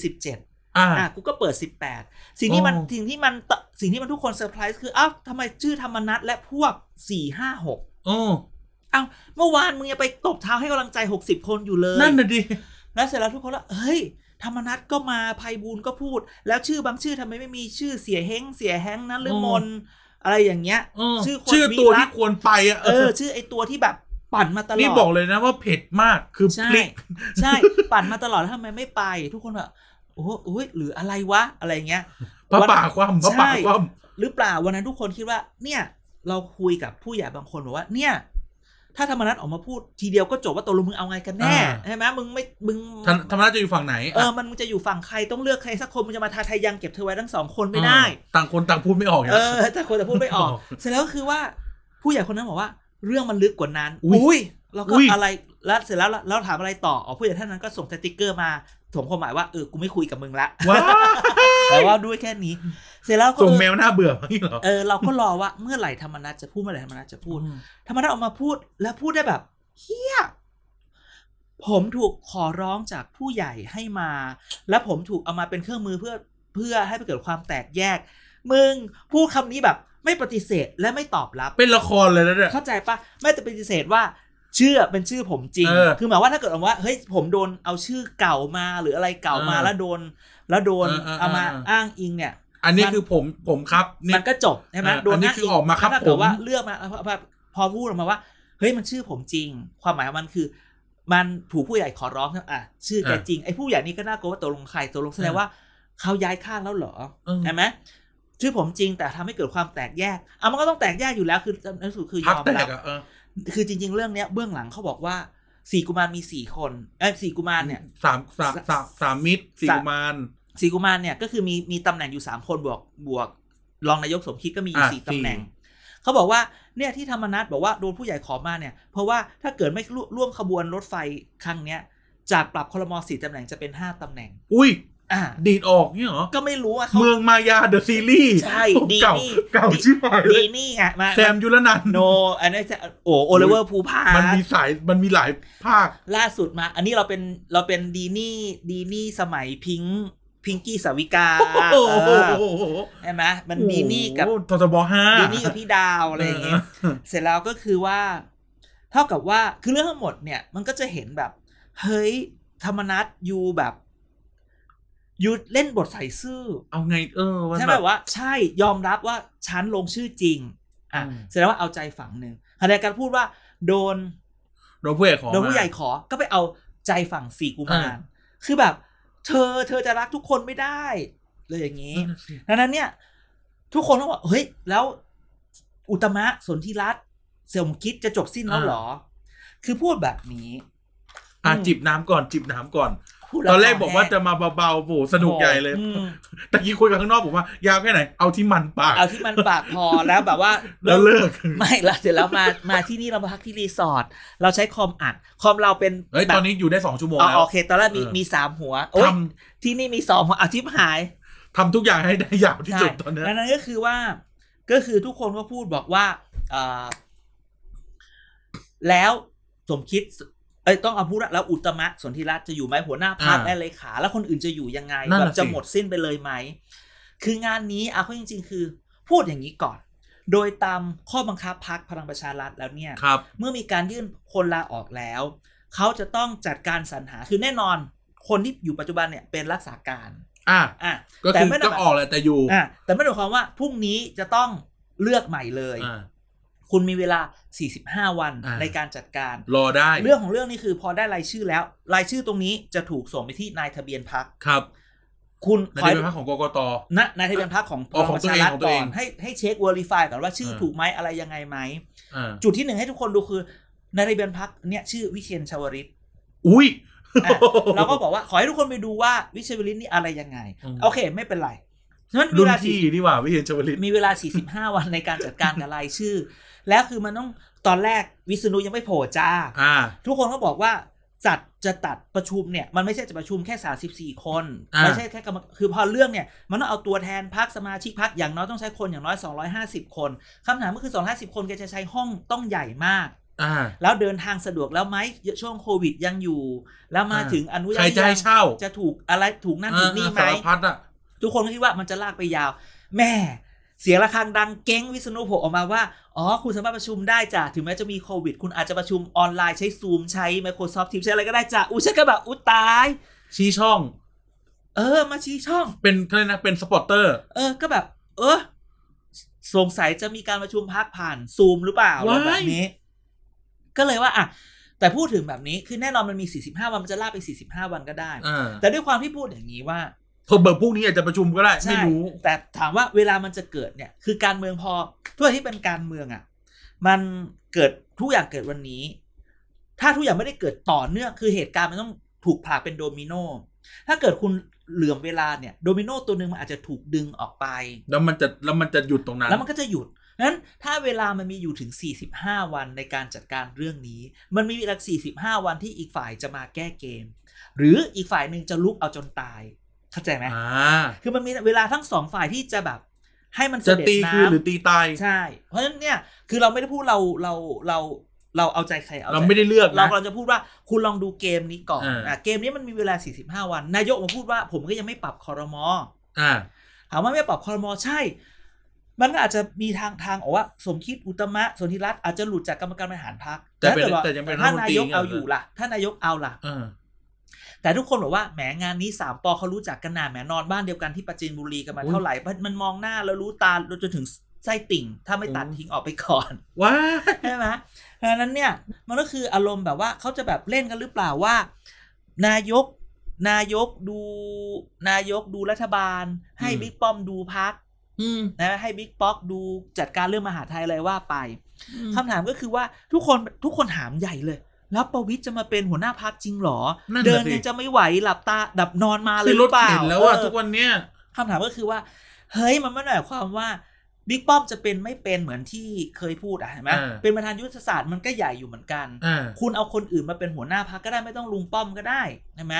A: 17กูก็เปิด18สิ่งที่มันทุกคนเซอร์ไพรส์คือทำไมชื่อธรรมนัสและพวก4-5-6เมื่อวานมึงยังไปตบเท้าให้กำลังใจ60คนอยู่เลย
B: นั่นน่ะดิ
A: แล้วเสร็จแล้วทุกคนว่าเฮ้ยธรรมนัสก็มาไพบูลย์ก็พูดแล้วชื่อบางชื่อทำไมไม่มีชื่อเสียแฮงนั้นหรือมนอะไรอย่างเงี้ย
B: ชื่อตัวที่ควรไป
A: ชื่อไอตัวที่แบบปั่นมาตลอด
B: นี่บอกเลยนะว่าเผ็ดมากคือพลิก
A: ใช่ปั่นมาตลอดแล้วทำไมไม่ไปทุกคนแบบโอ้ยหรืออะไรวะอะไรเงี้ย
B: พระป่าคว่ำ
A: หรือเปล่าวันนั้นทุกคนคิดว่าเนี่ยเราคุยกับผู้ใหญ่บางคนบอกว่าเนี่ยถ้าธรรมนัสออกมาพูดทีเดียวก็จบว่าตกลงมึงเอาไงกันแน่ใช่ไหมมึง
B: ธรรมนัสจะอยู่ฝั่งไหน
A: มันจะอยู่ฝั่งใครต้องเลือกใครสักคนมึงจะมาทาทายังเก็บเธอไว้ทั้ง2คนไม่ได้
B: ต่างคนต่างพูดไม่ออก
A: ต่างคนต่างพูดไม่ออกเสร็จแล้วคือว่าผู้ใหญ่คนนั้นบอกว่าเรื่องมันลึกกว่านั้นอุ้ยแล้วก็อะไรแล้วเสร็จแล้วถามอะไรต่อผู้ใหญ่ท่านนั้นก็ส่งสติ๊กเกอร์มาส่งความหมายว่ากูไม่คุยกับมึงละแต่ว่าด้วยแค่นี้เสร็จแล้ว
B: ส่งแมวหน้าเบื่อนี่เหรอ
A: เราก็รอว่าเมื่อไหร่ธรรมนัสจะพูดธรรมนัสออกมาพูดแล้วพูดได้แบบเฮียผมถูกขอร้องจากผู้ใหญ่ให้มาและผมถูกเอามาเป็นเครื่องมือเพื่อให้เกิดความแตกแยกมึงพูดคำนี้แบบไม่ปฏิเสธและไม่ตอบรับ
B: เป็นละครเลยนะเนี่ย
A: เข้าใจปะไม่จะปฏิเสธว่าชื่อเป็นชื่อผมจริงคือหมายว่าถ้าเกิดว่าเฮ้ยผมโดนเอาชื่อเก่ามาหรืออะไรเก่ามาแล้วโดนเอามาอ้างอิงเนี่ย
B: อันนี้คือผมครับ
A: มันก็จบใช่ไหม
B: โดนนี่คือออกมาครับ
A: ผมว่าเลือกมาพอพูดออกมาว่าเฮ้ยมันชื่อผมจริงความหมายของมันคือมันถูกผู้ใหญ่ขอร้องชื่อแกจริงไอ้ผู้ใหญ่นี่ก็น่ากลัวว่าตกลงใครตกลงแสดงว่าเขาย้ายข้างแล้วเหรอใช่ไหมชื่อผมจริงแต่ทำให้เกิดความแตกแยกมันก็ต้องแตกแยกอยู่แล้วคือในสุดคือยอมรับคือจริงๆเรื่องเนี้ยเบื้องหลังเขาบอกว่า4กุมารมี4คน4กุมารเนี่ย
B: 3มิตร4กุมาร
A: เนี่ยก็คือมีตำแหน่งอยู่3คนบวกรองนายกสมคิดก็มี4ตำแหน่งเขาบอกว่าเนี่ยที่ธรรมนัสบอกว่าโดนผู้ใหญ่ขอมาเนี่ยเพราะว่าถ้าเกิดไม่ร่วมขบวนรถไฟครั้งเนี้ยจากปรับครม.4 ตำแหน่งจะเป็น5ตำแหน่ง
B: อุ้ยดีดออกเนี่ยเหรอ
A: ก็ไม่รู้ว่า
B: เมืองมายาเดอะซีรีส์
A: ใช่ดีนี่
B: เก่าชิบหาย
A: ดีนี่ไงมา
B: แซมยุรนันท์
A: โนอันนี้โอลิเวอร์ภูผา
B: มันมีหลายภาค
A: ล่าสุดมาอันนี้เราเป็นดีนี่สมัยพิงกี้สาวิกาใช่ไหมมันดีนี่กับ
B: ททบ5
A: ดีนี่กับพี่ดาวอะไรอย่างเงี้ยเสร็จแล้วก็คือว่าเท่ากับว่าคือเรื่องทั้งหมดเนี่ยมันก็จะเห็นแบบเฮ้ยธรรมนัสยูแบบยูเล่นบทใส่ซื่อ
B: เอาไง
A: ใช่ไหมว่าใช่ยอมรับว่าฉันลงชื่อจริงแสดงว่าเอาใจฝั่งหนึ่งขณะการพูดว่าโดน
B: ผู้ใหญ่
A: ขอก็ไปเอาใจฝั่ง4กุมารคือแบบเธอจะรักทุกคนไม่ได้เลยอย่างนี้ดังนั้นเนี่ยทุกคนต้องบอกเฮ้ยแล้วอุตมะสนธิรัตน์เสี่ยมคิดจะจบสิ้นแล้วหรอคือพูดแบบนี้
B: จิบน้ำก่อนตอนแรกบอกว่าจะมาเบาๆโหสนุกใหญ่เลยตะกี้คุยกันข้างนอกผมว่ายาวแค่ไหนเอาที่มันป
A: ากพอแล้วแบบว่า
B: แล้วเลิก
A: ไม่ละเสร็จแล้วมาที่นี่เรามาพักที่รีสอร์ทเราใช้คอมอัดคอมเราเป็น
B: ตอนนี้อยู่ได้2 ชั่วโมงแล้ว
A: โอเคตอนแรกมี3 หัวที่นี่มี2 หัวทิพหาย
B: ทำทุกอย่างให้ได้ยาวที่สุดตอนนี้
A: นั้นก็คือทุกคนก็พูดบอกว่าแล้วสมคิดต้องเอาพูดแล้วอุตมะสนธิรัตน์จะอยู่ไหมหัวหน้าพรรคและเลขาแล้วคนอื่นจะอยู่ยังไงแบบจะหมดสิ้นไปเลยไหมคืองานนี้เอาเข้าจริงๆคือพูดอย่างนี้ก่อนโดยตามข้อบังคับพรรคพลังประชารัฐแล้วเนี่ยเมื่อมีการยื่นคนลาออกแล้วเขาจะต้องจัดการสรรหาคือแน่นอนคนที่อยู่ปัจจุบันเนี่ยเป็นรักษาการ
B: ก็คือก็ออกแหละแต่อยู่
A: แต่ไม่ได้หมายความว่าพรุ่งนี้จะต้องเลือกใหม่เลยคุณมีเวลา45 วันในการจัดการ
B: รอได้
A: เรื่องของเรื่องนี่คือพอได้รายชื่อแล้วรายชื่อตรงนี้จะถูกส่งไปที่นายทะเบียนพรรค
B: ครับ
A: คุณ
B: นายทะเบียนพรรคของกกต.
A: นายทะเบียนพรรคของประชารัฐก่อนให้เช็ค verify ก่อนว่าชื่อถูกไหมอะไรยังไงไหมจุดที่1ให้ทุกคนดูคือนายทะเบียนพรรคเนี่ยชื่อวิเชียรชวริต
B: อุ้ย
A: เราก็บอกว่าขอให้ทุกคนไปดูว่าวิเชียรชวริตนี่อะไรยังไงโอเคไม่เป็นไร
B: รุ่นพี่นี่ว่าวิเชียรชวริต
A: มีเวลา45 วันในการจัดการกับรายชื่อแล้วคือมันต้องตอนแรกวิษณุยังไม่โผล่จ้าทุกคนก็บอกว่าจะตัดประชุมเนี่ยมันไม่ใช่จะประชุมแค่34 คนไม่ใช่แค่คือพอเรื่องเนี่ยมันต้องเอาตัวแทนพรรคสมาชิกพรรคอย่างน้อยต้องใช้คนอย่างน้อย250 คนคำถามก็คือ250 คนแกจะใช้ห้องต้องใหญ่มากแล้วเดินทางสะดวกแล้วไหมช่วงโควิดยังอยู่แล้วมาถึงอนุญาตจะถูกอะไรถูกนั่นถูกนี่ไหมทุกคนก็คิดว่ามันจะลากไปยาวแม่เสียงระฆังดังเก้งวิษณุโผล่ออกมาว่าคุณสามารถประชุมได้จ้ะถึงแม้จะมีโควิดคุณอาจจะประชุมออนไลน์ใช้ Zoom ใช้ Microsoft Teams ใช้อะไรก็ได้จ้ะฉันก็แบบตาย
B: ชี้ช่อง
A: มาชี้ช่อง
B: เป็นอะไรนะเป็นสปอตเตอร์
A: ก็แบบสงสัยจะมีการประชุมพรรคผ่าน Zoom หรือเปล่าแบบนี้ก็เลยว่าแต่พูดถึงแบบนี้คือแน่นอนมันมี45 วันมันจะลากไป45 วันก็ได้แต่ด้วยความที่พูดอย่างนี้ว่า
B: เบิกพวกนี้อาจจะประชุมก็ได้ไม่รู้
A: แต่ถามว่าเวลามันจะเกิดเนี่ยคือการเมืองพอทุกอย่างที่เป็นการเมืองมันเกิดทุกอย่างเกิดวันนี้ถ้าทุกอย่างไม่ได้เกิดต่อเนื่องคือเหตุการณ์มันต้องถูกผลักเป็นโดมิโนถ้าเกิดคุณเหลื่อมเวลาเนี่ยโดมิโนตัวนึงมันอาจจะถูกดึงออกไป
B: แล้วมันจะหยุดตรงนั้น
A: แล้วมันก็จะหยุดนั้นถ้าเวลามันมีอยู่ถึง45 วันในการจัดการเรื่องนี้มันมีเวลา45 วันที่อีกฝ่ายจะมาแก้เกมหรืออีกฝ่ายนึงจะลุกเอาจนตายเข้าใจไหมคือมันมีเวลาทั้ง2 ฝ่ายที่จะแบบให้มันเสด็จน้ำ
B: จะตีคือหรือตีตาย
A: ใช่เพราะฉะนั้นเนี่ยคือเราไม่ได้พูดเราเอาใจใคร
B: เราไม่ได้เลือกนะ
A: เราจะพูดว่าคุณลองดูเกมนี้ก่อนเกมนี้มันมีเวลา45 วันนายกมาพูดว่าผมก็ยังไม่ปรับครม.ถามว่าไม่ปรับครม.ใช่มันก็อาจจะมีทางออกว่าสมคิดอุตมะสนธิรัตน์อาจจะหลุดจากกรรมการบริหารพรรค
B: แต่ยังเป็น
A: ถ้านายกเอาอยู่ล่ะถ้านายกเอาล่ะแต่ทุกคนบอกว่าแหมงานนี้3 ป.เขารู้จักกันนานแหมนอนบ้านเดียวกันที่ปราจีนบุรีกันมาเท่าไหร่มันมองหน้าแล้วรู้ตาจนถึงไส้ติ่งถ้าไม่ตัดทิ้งออกไปก่อน
B: ว้า
A: ใช่ไหมเพราะนั้นเนี่ยมันก็คืออารมณ์แบบว่าเขาจะแบบเล่นกันหรือเปล่าว่านายกดูรัฐบาลให้บิ๊กป้อมดูพรรคนะให้บิ๊กป๊อกดูจัดการเรื่องมหาไทยอะไรว่าไปคำถามก็คือว่าทุกคนถามใหญ่เลยแล้วประวิตรจะมาเป็นหัวหน้าพรรคจริงหรอเดินยังจะไม่ไหวหลับตาดับนอนมาเลยหรือเปล่า
B: แล้วทุกวันเนี้ย
A: คำถามก็คือว่าเฮ้ยมันไม่ได้หมายความว่าบิ๊กป้อมจะเป็นไม่เป็นเหมือนที่เคยพูดเห็นไหมเป็นประธานยุทธศาสตร์มันก็ใหญ่อยู่เหมือนกันคุณเอาคนอื่นมาเป็นหัวหน้าพรรคก็ได้ไม่ต้องลุงป้อมก็ได้ใช่ไหม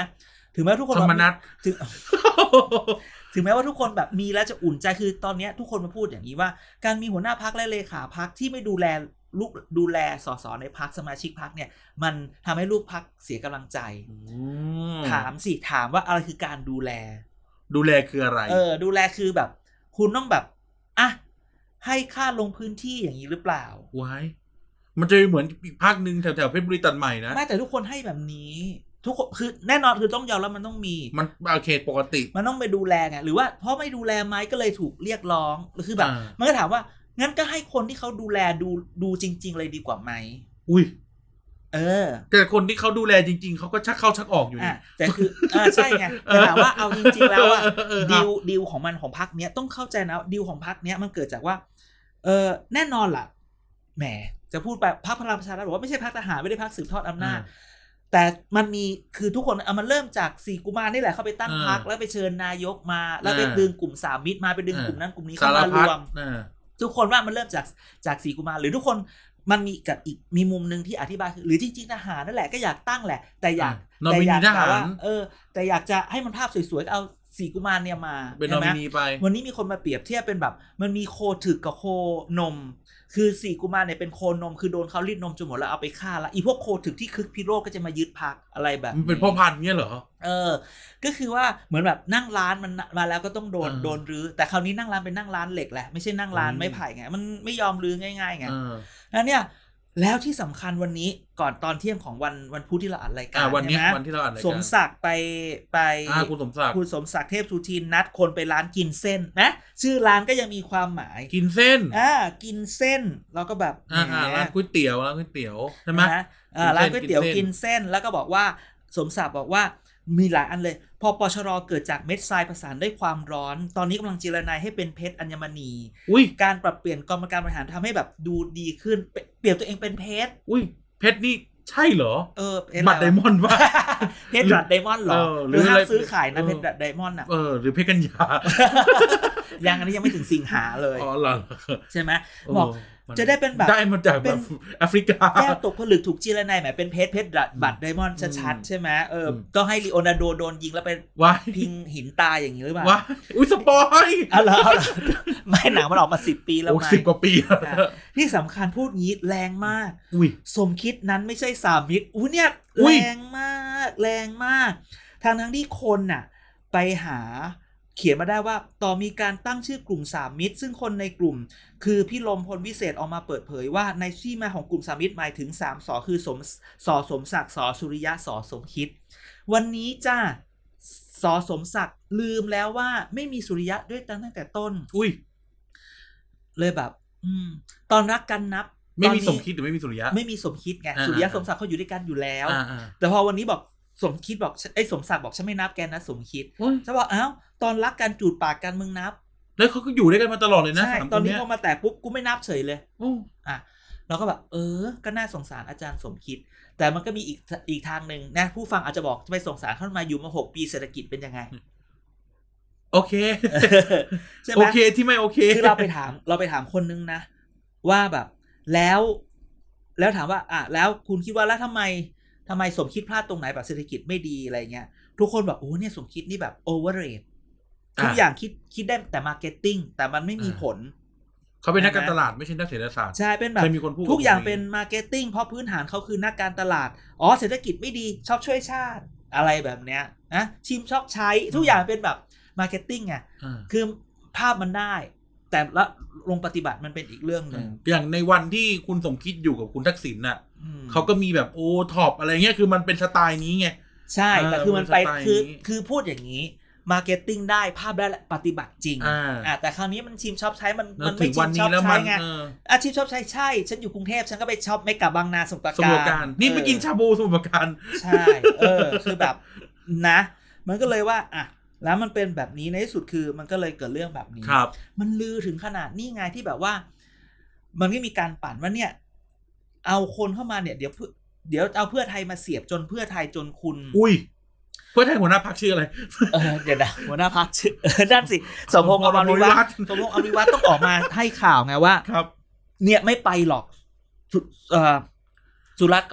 A: ถึงแม้ทุกคน
B: ธรรมนัส
A: ถึงแม้ว่าทุกคนแบบมีแล้วจะอุ่นใจคือตอนนี้ทุกคนมาพูดอย่างนี้ว่าการมีหัวหน้าพรรคและเลขาพรรคที่ไม่ดูแลสสในพรรคสมาชิกพรรคเนี่ยมันทำให้ลูกพรรคเสียกำลังใจถามว่าอะไรคือการดูแล
B: คืออะไร
A: ดูแลคือแบบคุณต้องแบบอ่ะให้ค่าลงพื้นที่อย่างนี้หรือเปล่า
B: ว้ายมันจะเหมือนอีกภาคนึงแถวเพชรบุรีตัดใหม่นะ
A: ไม่แต่ทุกคนให้แบบนี้ทุกคนคือแน่นอนคือต้องยอมแล้วมันต้องมี
B: มันโอเคปกติ
A: มันต้องไปดูแลไงหรือว่าเพราะไม่ดูแลไหมก็เลยถูกเรียกร้องคือแบบมันก็ถามว่างั้นก็ให้คนที่เขาดูแลดูจริงๆเลยดีกว่าไหม
B: อุ้ย
A: แต่
B: คนที่เขาดูแลจริงๆเขาก็ชักเข้าชักออกอยู่นี่
A: แต่คือใช่ไงแต่ถามว่าเอาจริงๆแล้วว่าดีลของมันของพรรคเนี้ยต้องเข้าใจนะดีลของพรรคเนี้ยมันเกิดจากว่าแน่นอนล่ะแหมจะพูดแบบพรรคพลังประชารัฐบอกว่าไม่ใช่พรรคทหารไม่ได้พรรคสืบทอดอำนาจแต่มันมีคือทุกคนมันเริ่มจาก4กุมารนี่แหละเข้าไปตั้งพรรคแล้วไปเชิญนายกมาแล้วไปดึงกลุ่มสามมิตรมาไปดึงกลุ่มนั้นกลุ่มนี้เข้ามารวมทุกคนว่ามันเริ่มจาก4กุมารหรือทุกคนมันมีกับอีกมีมุมนึงที่อธิบายคือหรือจริงๆทหารนั่นแหละก็อยากตั้งแหละแต่อยากว่าแต่อยากจะให้มันภาพสวยๆเอา4กุมารเนี่ยมา
B: เป็นนอมินีไป
A: วันนี้มีคนมาเปรียบเทียบเป็นแบบมันมีโคถึกกับโคนมคือ4กุมารเนี่ยเป็นโคนมคือโดนเขารีดนมจนหมดแล้วเอาไปฆ่าแล้วอีพวกโคถึกที่คึกพิโรธก็จะมายึดพรรคอะไรแบบ
B: มันเป็นพ่อพันธุ์เงี้ยเหรอ
A: ก็คือว่าเหมือนแบบนั่งร้านมันมาแล้วก็ต้องโดนรื้อแต่คราวนี้นั่งร้านเป็นนั่งร้านเหล็กแหละไม่ใช่นั่งร้านไม้ไผ่ไงมันไม่ยอมรื้อง่ายๆไงแล้วเนี่ยแล้วที่สำคัญวันนี้ก่อนตอนเที่ยงของวันพุธที่เราอัดรายการ
B: วันนี้วันที่เราอัดรายการ
A: สมศักดิ์ไป
B: คุณสมศักดิ์
A: เทพสุทินนัดคนไปร้านกินเส้นนะชื่อร้านก็ยังมีความหมาย
B: กินเส้น
A: กินเส้นเราก็แบบ
B: ร้านก๋วยเตี๋ยวใช่ไหม
A: ร้านก๋วยเตี๋ยวกินเส้นแล้วก็บอกว่าสมศักดิ์บอกว่ามีหลายอันเลยพอปชร.เกิดจากเม็ดทรายผสานด้วยความร้อนตอนนี้กำลังเจรนายให้เป็นเพชรอัญมณีการปรับเปลี่ยนกรรมการบริหารทำให้แบบดูดีขึ้นเปลี่ยนตัวเองเป็นเพชร
B: เพชรนี่ใช่เหรอบัตรไดมอนด์ป่ะ
A: เพชรบัตรไดมอนด์เหรอหรือห้ามซื้อขายนะเพชรบัตรไดมอนด์อ่ะ
B: หรือเพชรกัญญา
A: ยังอันนี้ยังไม่ถึงสิงหาเลย
B: เหรอ
A: ใช่ไหมบอกจะได้เป็นแบบ
B: ได้มาจากแบบแอฟริกา
A: แก้วตกผลึกถูกจีรนายแหมเป็นเพชรบัตรไดมอนด์ชัดๆใช่ไหมก็ให้ลีโอนาร์โดโดนยิงแล้วไปพิงหินตายอย่างนี้หรือเปล่า
B: สปอย
A: เอาล่ะไม่หนังมันออกมา10 ปีแล้วไง
B: 10 กว่าปี
A: ที่สำคัญพูดงี้แรงมากสมคิดนั้นไม่ใช่สามมิตรเนี่ยแรงมากทั้งที่คนน่ะไปหาเขียนมาได้ว่าต่อมีการตั้งชื่อกลุ่มสามมิตรซึ่งคนในกลุ่มคือพี่ลมพลวิเศษออกมาเปิดเผยว่าในที่มาของกลุ่มสามมิตรหมายถึง3 สอคือสมศักดิ์สสุริยะสสมคิดวันนี้จ้าสมศักดิ์ลืมแล้วว่าไม่มีสุริยะด้วยตั้งแต่ต้นเลยแบบตอนรักกันนับ
B: ไม่มีสมคิดหรือไม่มีสุริยะ
A: ไม่มีสมคิดไงสุริยะสมศักดิ์เขาอยู่ด้วยกันอยู่แล้วแต่พอวันนี้บอกสมคิดบอกสมศักดิ์บอกฉันไม่นับแกนะสมคิดฉันบอกอ้าวตอนรักกันจูดปากกันมึงนับ
B: แล้วเขาก็อยู่ด้วยกันมาตลอดเลยนะ
A: ใช่ตอนนี้พอมาแตกปุ๊บกูไม่นับเฉยเลยเราก็แบบก็น่าสงสารอาจารย์สมคิดแต่มันก็มีอีกทางนึงนะผู้ฟังอาจจะบอกจะไปสงสารเข้ามาอยู่มา6 ปีเศรษฐกิจเป็นยังไง
B: โอเคใช่ไหมโอเคที่ไม่โอเค
A: คือเราไปถามคนนึงนะว่าแบบแล้วถามว่าแล้วคุณคิดว่าแล้วทำไมสมคิดพลาดตรงไหนแบบเศรษฐกิจไม่ดีอะไรเงี้ยทุกคนแบบเนี่ยสมคิดนี่แบบโอเวอร์เรททุกอย่างคิดได้แต่มาร์เก็ตติ้งแต่มันไม่มีผล
B: เขาเป็นนักการตลาดไม่ใช่นักเศรษฐศาสตร์
A: ใช่เป็นแบบทุกอย่างเป็นมาร์เก็ตติ้งเพราะพื้นฐานเขาคือนักการตลาดเศรษฐกิจไม่ดีชอบช่วยชาติอะไรแบบเนี้ยนะชิมชอบใช้ทุกอย่างเป็นแบบมาร์เก็ตติ้งไงคือภาพมันได้แต่ละลงปฏิบัติมันเป็นอีกเรื่องนึง
B: อย่างในวันที่คุณสมคิดอยู่กับคุณทักษิณน่ะเขาก็มีแบบโอท็อปอะไรเงี้ยคือมันเป็นสไตล์นี้ไง
A: ใช่แต่คือมันไปคือพูดอย่างนี้มาร์เก็ตติ้งได้ภาพได้ปฏิบัติจริงแต่คราวนี้มันชิมชอบใช้มันไม่ชิมชอบใช้ไงชิมชอบใช้ใช่ฉันอยู่กรุงเทพฉันก็ไปช็อปเมกะบางนาสมุทรปราการ
B: นี่ไปกินชาบูสมุทรปราการ
A: ใช่คือแบบนะมันก็เลยว่าแล้วมันเป็นแบบนี้ในที่สุดคือมันก็เลยเกิดเรื่องแบบนี้มันลือถึงขนาดนี้ไงที่แบบว่ามันไม่มีการปั่นว่าเนี่ยเอาคนเข้ามาเนี่ยเดี๋ยวเอาเพื่อไทยมาเสียบจนเพื่อไทยจนคุณ
B: เพื่อไทยหัวหน้าพรรคชื่ออะไร
A: เดี๋ยวนะหัวหน้าพรรคชื่อนั่นสิสมพงษ์อมรวิวัฒน์ต้องออกมาให้ข่าวไงว่า
B: ครับ
A: เนี่ยไม่ไปหรอกสุรัตน์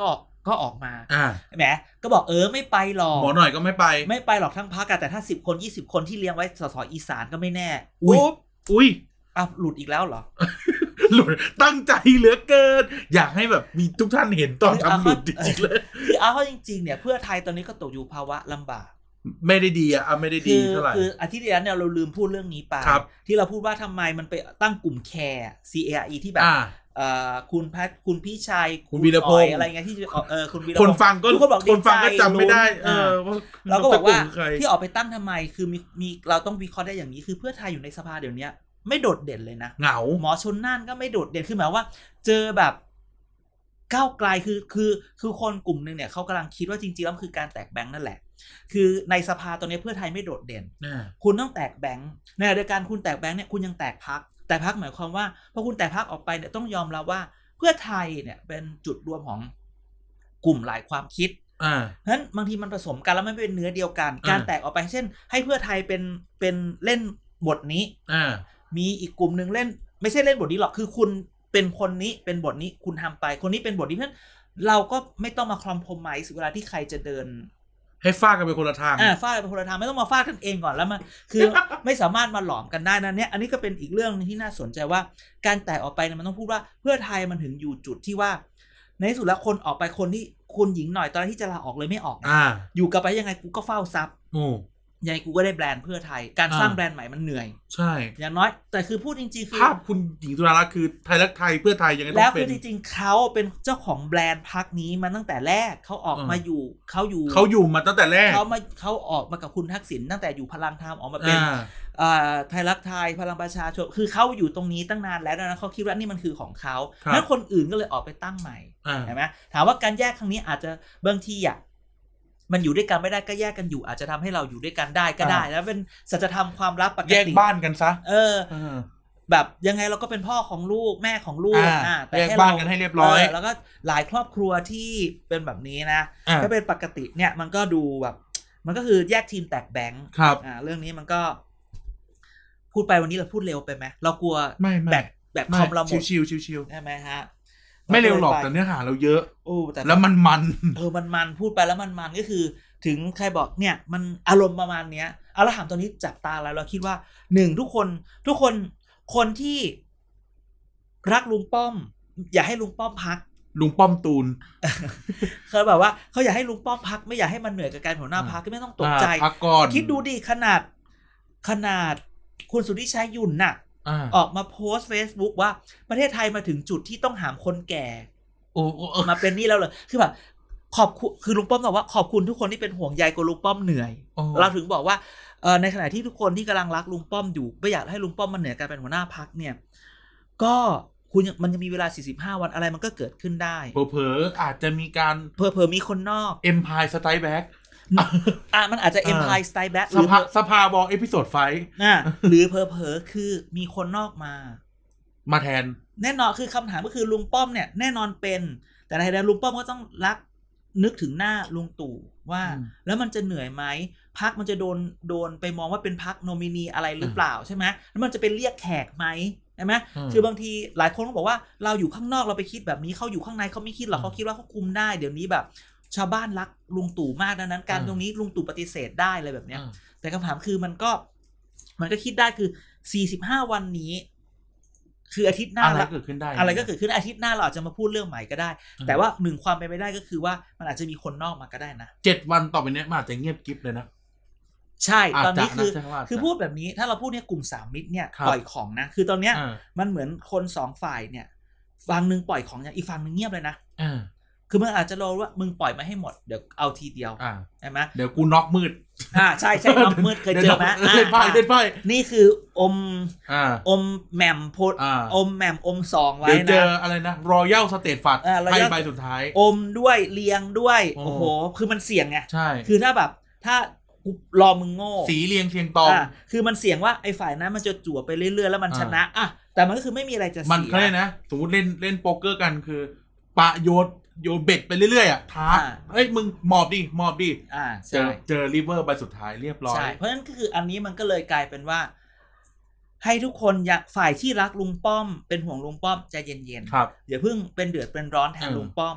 A: ก็ออกมาแหมก็บอกไม่ไปหรอก
B: หมอหน่อยก็ไม่
A: ไปหรอกทั้งพรรคแต่ถ้า10 คน20 คนที่เลี้ยงไว้สสอีสานก็ไม่แน่
B: อุ้ย
A: หลุดอีกแล้วเหรอ
B: หลุดตั้งใจเหลือเกินอยากให้แบบมีทุกท่านเห็นตอนทำหลุดจริงๆเลย
A: คือเอาเข้าจริงๆเนี่ยเพื่อไทยตอนนี้ก็ตกอยู่ภาวะลำบาก
B: ไม่ได้ดีไม่ได้ดีเท่าไหร่
A: คืออาทิตย์ที่แล้วเนี่ยเราลืมพูดเรื่องนี้ไปที่เราพูดว่าทำไมมันไปตั้งกลุ่มแคร์ CARE ที่แบบคุณพี่ชัย
B: คุณวีรพงษ์
A: อะไรเงี้ยที่คุณวีรพงษ์
B: คนฟังก็จำไม่ได้
A: เราก็บอกว่าที่ออกไปตั้งทำไมคือมีเราต้องวิเคราะห์ได้อย่างนี้คือเพื่อไทยอยู่ในสภาเดี๋ยวนี้ไม่โดดเด่นเลยนะ
B: เหงา
A: หมอชนน่านก็ไม่โดดเด่นคือหมายว่าเจอแบบก้าวไกลคือคนกลุ่มนึงเนี่ยเขากำลังคิดว่าจริงๆแล้วคือการแตกแบงค์นั่นแหละคือในสภาตอนนี้เพื่อไทยไม่โดดเด่นคุณต้องแตกแบงค์ในขณะเดียวกันคุณแตกแบงค์เนี่ยคุณยังแตกพรรคแต่พรรคหมายความว่าพอคุณแตกพรรคออกไปเนี่ยต้องยอมรับว่าเพื่อไทยเนี่ยเป็นจุดรวมของกลุ่มหลายความคิดเพราะฉะนั้นบางทีมันผสมกันแล้วไม่เป็นเนื้อเดียวกันการแตกออกไปเช่นให้เพื่อไทยเป็นเล่นบทนี้มีอีกกลุ่มนึงเล่นไม่ใช่เล่นบทนี้หรอกคือคุณเป็นคนนี้เป็นบทนี้คุณทำไปคนนี้เป็นบทนี้เพราะฉะนั้นเราก็ไม่ต้องมาคอมโพมไมซ์เวลาที่ใครจะเดิน
B: ให้ฟาดกันไปคนละทาง
A: ฟาดกันไปคนละทางไม่ต้องมาฟาดกันเองก่อนแล้วมาคือ ไม่สามารถมาหลอมกันได้นะเนี่ยอันนี้ก็เป็นอีกเรื่องนึงที่น่าสนใจว่าการแตกออกไปเนี่ยมันต้องพูดว่าเพื่อไทยมันถึงอยู่จุดที่ว่าในที่สุดแล้วคนออกไปคนที่คุณหญิงหน่อยตอนที่จะลาออกเลยไม่ออกอยู่กับไปยังไงกูก็เฝ้าซับยังไงกูก็ได้แบรนด์เพื่อไทยการสร้างแบรนด์ใหม่มันเหนื่อย
B: ใช่
A: อย่างน้อยแต่คือพูดจริงๆคือ
B: ภาพคุณหญิงสุดารัตน์คือไทยรักไทยเพื่อไทยยังไงต้องเป็น
A: แล้วคือจริงๆเขาเป็นเจ้าของแบรนด์พรรคนี้มาตั้งแต่แรกเขาออกมาอยู่เขาอยู่
B: มาตั้งแต่แรก
A: เขาออกมากับคุณทักษิณตั้งแต่อยู่พลังธรรมออกมาเป็นไทยรักไทยพลังประชาชนคือเขาอยู่ตรงนี้ตั้งนานแล้วนะเขาคิดว่านี่มันคือของเขาแล้วคนอื่นก็เลยออกไปตั้งใหม่ใช่ไหมถามว่าการแยกครั้งนี้อาจจะบางทีมันอยู่ด้วยกันไม่ได้ก็แยกกันอยู่อาจจะทำให้เราอยู่ด้วยกันได้ก็ได้แล้วเป็นสัจธรรมความลับปกติ
B: แยกบ้านกันซะ
A: แบบยังไงเราก็เป็นพ่อของลูกแม่ของลูก
B: แต่แยกบ้านกันให้เรียบร้อย
A: แล้วก็หลายครอบครัวที่เป็นแบบนี้นะก็เป็นปกติเนี่ยมันก็ดูแบบมันก็คือแยกทีมแตกแบงค์เรื่องนี้มันก็พูดไปวันนี้เราพูดเร็วไปไหมเรากลัวแบบคอมเราหมด
B: ชิว
A: ใช่ไหมฮะ
B: ไม่เร็วหรอกแต่เนื้อหาเราเยอะ
A: แต่
B: แล้วมัน
A: มันพูดไปแล้วมันก็คือถึงใครบอกเนี่ยมันอารมณ์ประมาณเนี้ยเอาละถามตอนนี้จับตาแล้วเราคิดว่า1ทุกคนที่รักลุงป้อมอยากให้ลุงป้อมพัก
B: ลุงป้อมตูน
A: เขาแบบว่าเขาอยากให้ลุงป้อมพักไม่อยากให้มันเหนื่อยกับการหัวหน้าพักก็ไม่ต้องตกใจคิดดูดิขนาดคุณสุทธิชัยยุ่นน่ะออกมาโพสต์ Facebook ว่าประเทศไทยมาถึงจุดที่ต้องหามคนแก่มาเป็นนี่แล้วเลยคือแบบขอบคุณคือลุงป้อมบอกว่าขอบคุณทุกคนที่เป็นห่วงใยกับลุงป้อมเหนื่อยเราถึงบอกว่าในขณะที่ทุกคนที่กำลังรักลุงป้อมอยู่ไม่อยากให้ลุงป้อมมันเหนื่อยการเป็นหัวหน้าพรรคเนี่ยก็คุณมันจะมีเวลา45วันอะไรมันก็เกิดขึ้นได้
B: เผลอๆอาจจะมีการ
A: เผลอๆมีคนนอก
B: Empire Strike Back
A: มันอาจจะ Empire Strike Back
B: สภาบอกเอพิโซดไฟ
A: หรือเผลอๆคือมีคนนอก
B: มาแทน
A: แน่นอนคือคำถามก็คือลุงป้อมเนี่ยแน่นอนเป็นแต่ในขณะลุงป้อมก็ต้องนึกถึงหน้าลุงตู่ว่าแล้วมันจะเหนื่อยไหมพรรคมันจะโดนไปมองว่าเป็นพรรคโนมินีอะไรหรือเปล่าใช่ไหมแล้วมันจะเป็นเรียกแขกไหมใช่ไหมคือบางทีหลายคนก็บอกว่าเราอยู่ข้างนอกเราไปคิดแบบนี้เขาอยู่ข้างในเขาไม่คิดหรอกเขาคิดว่าเขาคุมได้เดี๋ยวนี้แบบชาวบ้านรักลุงตู่มากดังนั้นการตรงนี้ลุงตู่ปฏิเสธได้อะไรแบบเนี้ยแต่คำถามคือมันก็คิดได้คือ45วันนี้คืออาทิตย์หน้า
B: อะไรก็เกิดขึ้นได้
A: อะไรก็เกิดขึ้นอาทิตย์หน้าเราอาจจะมาพูดเรื่องใหม่ก็ได้แต่ว่า1ความเป็นไปได้ก็คือว่ามันอาจจะมีคนนอกมาก็ได้นะ
B: 7วันต่อไปนี้มันอาจจะเงียบกิ๊บเลยนะ
A: ใช่ตอนนี้คือพูดแบบนี้ถ้าเราพูดเนี่ยกลุ่ม3มิตรเนี่ยปล่อยของนะคือตอนเนี้ยมันเหมือนคน2ฝ่ายเนี่ยฝั่งนึงปล่อยของอย่างอีกฝั่งนึงเงียบเลยนะคือมันอาจจะรอว่ามึงปล่อยมาให้หมดเดี๋ยวเอาทีเดียวใช่ไหม
B: เดี๋ยวกูน็อกมืด
A: ใช่น็อกมืดเคยเจอไหม
B: เล่นไพ่
A: นี่คืออมแหม่มโพดอมแหม่มอมซองไว้นะ
B: เดี๋ยวเจออะไรนะรอยัลสเตทฟัดไพ่ใบสุดท้าย
A: อมด้วยเลียงด้วยโอ้โหคือมันเสี่ยงไง
B: ใช่
A: คือถ้ารอมึงโง่
B: สีเลียงเชียงตอง
A: คือมันเสี่ยงว่าไอ้ฝ่ายนั้นมันจะจั่วไปเรื่อยๆแล้วมันชนะแต่มันก็คือไม่มีอะไรจะเสีย
B: มันแค่นะสมมติเล่นโป๊กเกอร์กันคือปะโยนเบ็ดไปเรื่อยๆท้าเอ้ยมึงหมอบดิเจอริเวอร์ใบสุดท้ายเรียบร้อย
A: ใช่เพราะฉะนั้นก็คืออันนี้มันก็เลยกลายเป็นว่าให้ทุกคนฝ่ายที่รักลุงป้อมเป็นห่วงลุงป้อมใจเย็นๆอย่าเพิ่งเป็นเดือดเป็นร้อนแทนลุงป้อม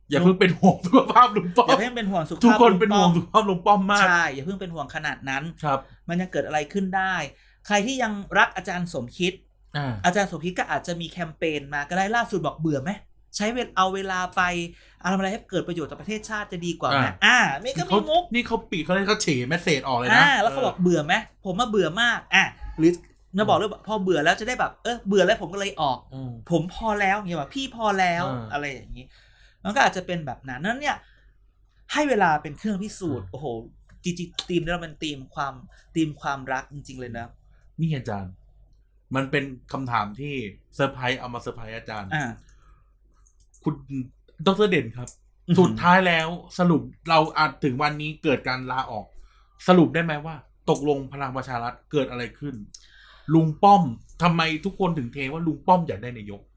B: อย่าเพิ่งเป็นห่วงสุขภาพลุงป้อม
A: อย่าเพิ่งเป็นห่วงสุขภาพ
B: ทุกคนเป็นห่วงสุขภาพลุงป้อมมาก
A: ใช่อย่าเพิ่งเป็นห่วงขนาดนั้น
B: ครับ
A: มันยังเกิดอะไรขึ้นได้ใครที่ยังรักอาจารย์สมคิดอาจารย์สมคิดก็อาจจะมีแคมเปญมาก็ได้ล่าสุดบอกเบื่อไหมใช้เอาเวลาไปทำอะไรให้เกิดประโยชน์ต่อประเทศชาติจะดีกว่าไหมไม่ก็มีมุก
B: นี่เขาปีเขาเฉเมสเสจออกเลยนะ
A: แล้วเขาบอกเบื่อไหมผมมาเบื่อมากหรือมาบอกเลยพอเบื่อแล้วจะได้แบบเบื่อแล้วผมก็เลยออกผมพอแล้วอย่างเงี้ยว่าพี่พอแล้วอะไรอย่างนี้มันก็อาจจะเป็นแบบนั้นเนี่ยให้เวลาเป็นเครื่องพิสูจน์โอ้โหจริงๆทีมนี้เราเป็นทีมความรักจริงๆเลยนะ
B: นี่อาจารย์มันเป็นคำถามที่เซอร์ไพรส์เอามาเซอร์ไพรส์อาจารย์คุณดร.เด่นครับสุดท้ายแล้วสรุปเราอาจถึงวันนี้เกิดการลาออกสรุปได้ไหมว่าตกลงพลังประชารัฐเกิดอะไรขึ้นลุงป้อมทำไมทุกคนถึงเทว่าลุงป้อมอยากได้นายก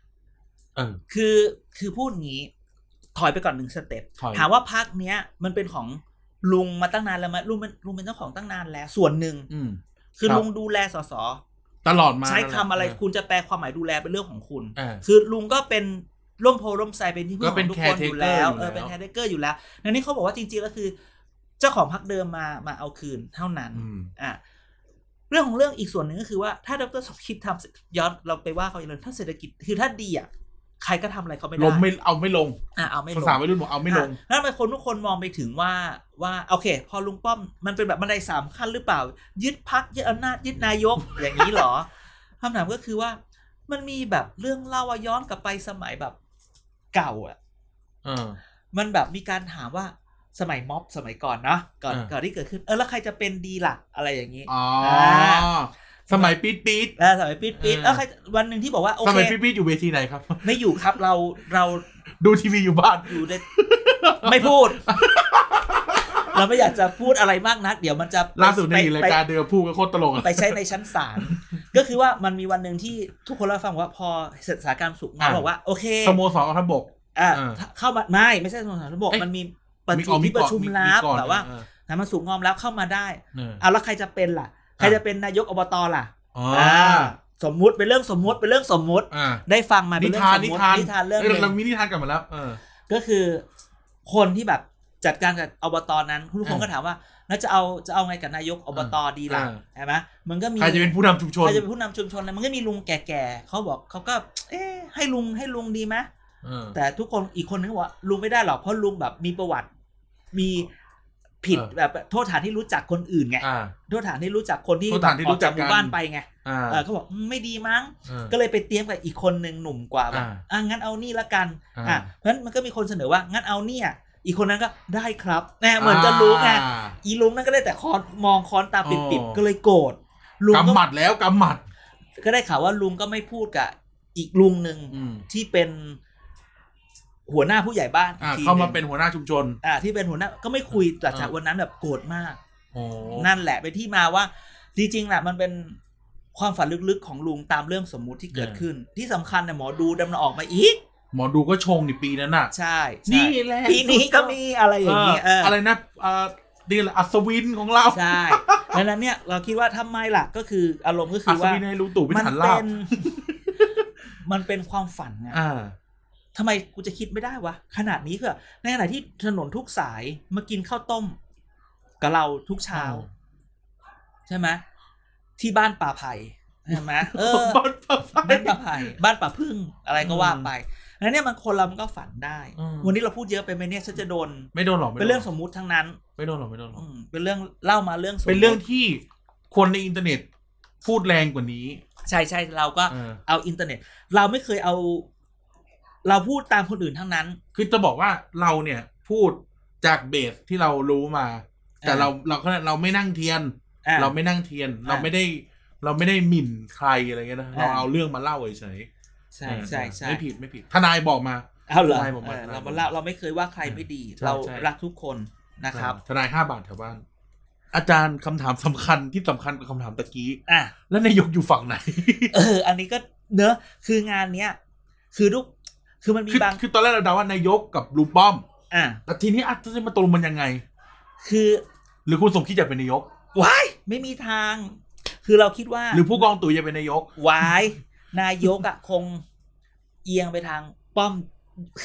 A: คือพูดงี้ถอยไปก่อน1สเต็ปถามว่าพรรคเนี้ยมันเป็นของลุงมาตั้งนานแล้วมั้ยลุงเป็นเจ้าของตั้งนานแล้วส่วนหนึ่งคือลุงดูแลสส
B: ตลอดมา
A: ใช้คำอะไรคุณจะแปลความหมายดูแลเป็นเรื่องของคุณคือลุงก็เป็นร่มโพร่มไทรเป็นที่พึ่งของทุกคนอยู่แล้วเป็นแคร์เทเกอร์อยู่แล้วในนี้เขาบอกว่าจริงๆแล้วคือเจ้าของพรรคเดิมมาเอาคืนเท่านั้นเรื่องของเรื่องอีกส่วนหนึ่งก็คือว่าถ้าดร.สมคิดทำย้อนเราไปว่าเขาอย่างไรถ้าเศรษฐกิจคือถ้าดีใครก็ทำอะไรเขาไม่ได้
B: เอาไม่ลง
A: เอาไม่ลง
B: ภาษาวัยรุ่นบอกเอาไม่ลง
A: แล้วทำไมคนทุกคนมองไปถึงว่าโอเคพอลุงป้อมมันเป็นแบบบันได3 ขั้นหรือเปล่ายึดพรรคยึดอำนาจยึดนายกอย่างนี้หรอคำถามก็คือว่ามันมีแบบเรื่องเล่าย้อนกลับไปสมัยแบบเก่ามันแบบมีการถามว่าสมัยม็อบสมัยก่อนนะก่อนที่เกิดขึ้นแล้วใครจะเป็นดีล่ะอะไรอย่างนี้
B: สมัยปี๊ด
A: สมัยปี๊ดแล้วใครวันหนึ่งที่บอกว่าโอเค
B: สมัยปี๊ดอยู่เวทีไหนครับ
A: ไม่อยู่ครับเรา
B: ดูทีวีอยู่บ้าน
A: อยู่ได้ไม่พูดเราไม่อยากจะพูดอะไรมากนักเดี๋ยวมันจะ
B: ล่าสุดในรายการเดียวพูดก็โคตรตลก
A: ไปใช้ในชั้นศาลก็คือว่ามันมีวันหนึ่งที่ทุกคนรับฟังว่าพอสถานการณ์สุกงบอกว่าโอเค
B: สโมสรกองทัพบก
A: เข้ามาไม่ใช่สโมสรกองทัพบกมันมีที่ประชุมลับแบบว่าถ้ามันสุกงอมแล้วเข้ามาได้แล้วใครจะเป็นล่ะใครจะเป็นนายกอบต.ล่ะสมมุติเป็นเรื่องสมมุติได้ฟังมาเป็นเรื่องสมมุตินิทานเรื่อง
B: เรามีนิทานกันมาแล้ว
A: ก็คือคนที่แบบจัดการกับอบต.นั้นทุกคนก็ถามว่าแล้วจะเอาไงกับนายกอบต.ดีล่ะใช่ไหมมันก็มี
B: ใครจะเป็นผู้นำชุมชน
A: มันก็มีลุงแก่ๆเขาบอกเขาก็ให้ลุงดีไหมแต่ทุกคนอีกคนนึงบอกว่าลุงไม่ได้หรอกเพราะลุงแบบมีประวัติมีผิดแบบโทษฐานที่รู้จักคนอื่นไงโทษฐานที่รู้จักคนที่ออกจากหมู่บ้านไปไงเขาบอกไม่ดีมั้งก็เลยไปเตรียมกับอีกคนนึงหนุ่มกว่าแบบงั้นเอานี่ละกันเพราะฉะนั้นมันก็มีคนเสนอว่างั้นเอาเนี่ยอีกคนนั้นก็ได้ครับเหมือนจะรู้ไงอีลุงนั่นก็ได้แต่มองค้อนตาปิดๆก็เลยโกรธ
B: ลุงกำหมัดแล้วกำหมัด
A: ก็ได้ข่าวว่าลุงก็ไม่พูดกับอีกลุงนึงที่เป็นหัวหน้าผู้ใหญ่บ้าน
B: เข้ามาเป็นหัวหน้าชุมชน
A: ที่เป็นหัวหน้าก็ไม่คุยจากวันนั้นแบบโกรธมากนั่นแหละเป็นที่มาว่าจริงๆแหละมันเป็นความฝันลึกๆของลุงตามเรื่องสมมุติที่เกิดขึ้นที่สำคัญเนี่ยหมอดูดำเนินออกมาอีก
B: หมอดูก็ชงในปีนั้นน่ะ
A: ใช่
B: นี่แหละ
A: ปีนี้ก็มีอะไรอย่างนี้
B: อะไรนะดีแหละอัศวินของเรา
A: ใช่ดังนั้นเนี่ยเราคิดว่าทำไมล่ะก็คืออารมณ์ก็คือว่า
B: อัศวินให้รู้ตู่ไม่ทันลาบ
A: มันเป็นความฝันไงทำไมกูจะคิดไม่ได้วะขนาดนี้คือในขณะที่ถนนทุกสายมากินข้าวต้มกับเราทุกเช้าใช่ไหมที่บ้านป่าไผ่ใช่ไหม
B: บ้านป่า
A: ไผ่บ้านป่าพึ่งอะไรก็ว่าไปแล้วเนี่ยมันคนเรามันก็ฝันได้วันนี้เราพูดเยอะไปไหมเนี่ยฉันจะโดน
B: ไม่โดนหรอก
A: เป็นเรื่องสมมุติทั้งนั้น
B: ไม่โดนหรอก
A: เป็นเรื่องเล่ามาเรื่อง
B: เป็นเรื่องที่คนในอินเทอร์เน็ตพูดแรงกว่านี้
A: ใช่เราก็เอาอินเทอร์เน็ตเราไม่เคยเอาเราพูดตามคนอื่นทั้งนั้น
B: คือจะบอกว่าเราเนี่ยพูดจากเบสที่เรารู้มาแต่เราไม่นั่งเทียนเราไม่นั่งเทียนเราไม่ได้หมิ่นใครอะไรเงี้ยนะเราเอาเรื่องมาเล่าเฉย
A: ใช่
B: ไม่ผิดทนายบอกมา
A: ทนายบอกมาเราไม่เคยว่าใครไม่ดีเรารักทุกคนนะครับ
B: ทนาย5 บาทแถวบ้านอาจารย์คำถามสำคัญที่สำคัญกว่าคำถามตะกี้แล้วนายกอยู่ฝั่งไหน
A: อันนี้ก็เนอะคืองานเนี้ยคือมันมีบาง
B: คือตอนแรกเราเดาว่านายกกับลุงป้อมแต่ทีนี้จะมาตกลงมันยังไง
A: คือ
B: หรือคุณสมคิดจะเป็นนายก
A: ว้ายไม่มีทางคือเราคิดว่า
B: หรือผู้กองตู่จะเป็นนายก
A: ว้ายนายกคงเอียงไปทางป้อม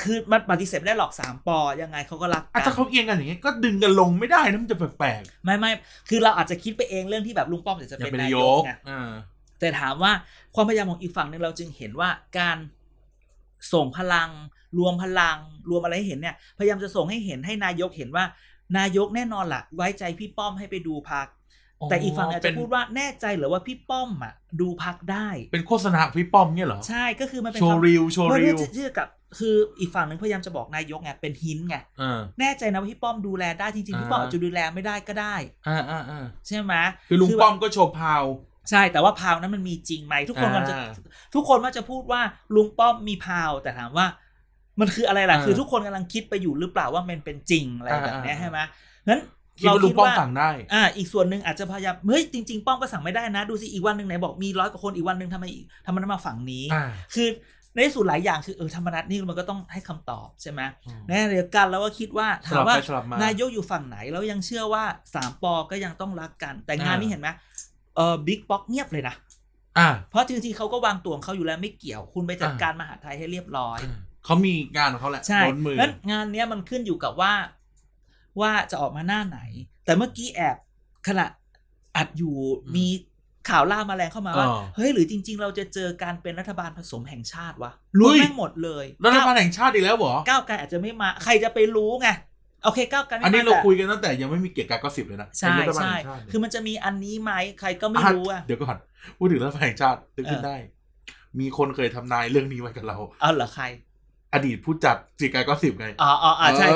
A: คือมันปฏิเสธไม่ได้หรอก3 ปยังไงเขาก็รักกัน
B: ถ้าเขาเอียงกันอย่างงี้ก็ดึงกันลงไม่ได้นะมันจะแปลก
A: ๆไม่คือเราอาจจะคิดไปเองเรื่องที่แบบลุงป้อมจะเป็นนายกไงแต่ถามว่าความพยายามของอีกฝั่งนึงเราจึงเห็นว่าการส่งพลังรวมพลังรวมอะไรให้เห็นเนี่ยพยายามจะส่งให้เห็นให้นายกเห็นว่านายกแน่นอนล่ะไว้ใจพี่ป้อมให้ไปดูพรรคแต่อีกฝั่งอาจจะพูดว่าแน่ใจหรือว่าพี่ป้อมดูพรรคได้
B: เป็นโฆษณาพี่ป้อมเนี่ยเหรอ
A: ใช่ก็คือมันเป็น
B: โชว์รีว
A: ชื่อกับคืออีกฝั่งนึงพยายามจะบอกนายกไงเป็นหินไงแน่ใจนะว่าพี่ป้อมดูแลได้จริงๆพี่ป้อมอาจจะดูแลไม่ได้ก็ได้ใช่ไหม
B: คือลุงป้อมก็โชว์พาว
A: ใช่แต่ว่าพาวนั้นมันมีจริงไหมทุกคนมันจะพูดว่าลุงป้อมมีพาวแต่ถามว่ามันคืออะไรล่ะคือทุกคนกำลังคิดไปอยู่หรือเปล่าว่ามันเป็นจริงอะไรแบบนี้ใช่ไหมงั้น
B: เราคิดว่าสั่งได้
A: อีกส่วนหนึ่งอาจจะพยายามเฮ้ยจริงๆป้อมก็สั่งไม่ได้นะดูสิอีกวันนึงไหนบอกมี100 กว่าคนอีกวันนึงทำไมมาฝั่งนี้คือในส่วนหลายอย่างคือธรรมนัสนี่มันก็ต้องให้คำตอบใช่ไหมในเดียวกันแล้วก็คิดว่าถามว่านายกอยู่ฝั่งไหนแล้วยังเชื่อว่า3 ปก็ยังต้องรักกันแต่งานนี้เห็นไหมบิ๊กป๊อกเงียบเลยนะเพราะจริงๆเขาก็วางตัวของเขาอยู่แล้วไม่เกี่ยวคุณไปจัดการมหาไทยให้เรียบร้อย
B: เขามีงานของเขาแหละ
A: ใช่งั้นงานนี้มันขึ้นอยู่กับว่าจะออกมาหน้าไหนแต่เมื่อกี้แอบขณะอัดอยู่มีข่าวล่ามาแรงเข้ามาว่าเฮ้ยหรือจริงๆเราจะเจอการเป็นรัฐบาลผสมแห่งชาติวะรู้แม่งหมดเลย
B: รัฐบาลแห่งชาติอีกแล้วเหรอ
A: ก้าวไกลอาจจะไม่มาใครจะไปรู้ไงโอเคก้าวไกล
B: อันนี้เราคุยกันตั้งแต่ยังไม่มีเกียรติกาย90เลยนะ
A: ใช่ใช่คือมันจะมีอันนี้ไหมใครก็ไม่รู้
B: เดี๋ยวก่อนพูดถึงรัฐบาลแห่งชาตินึกขึ้นได้มีคนเคยทำนายเรื่องนี้ไว้กับเรา
A: เหรอใคร
B: อดีตผู้จัดเกียรติกาย90ไง
A: ใช่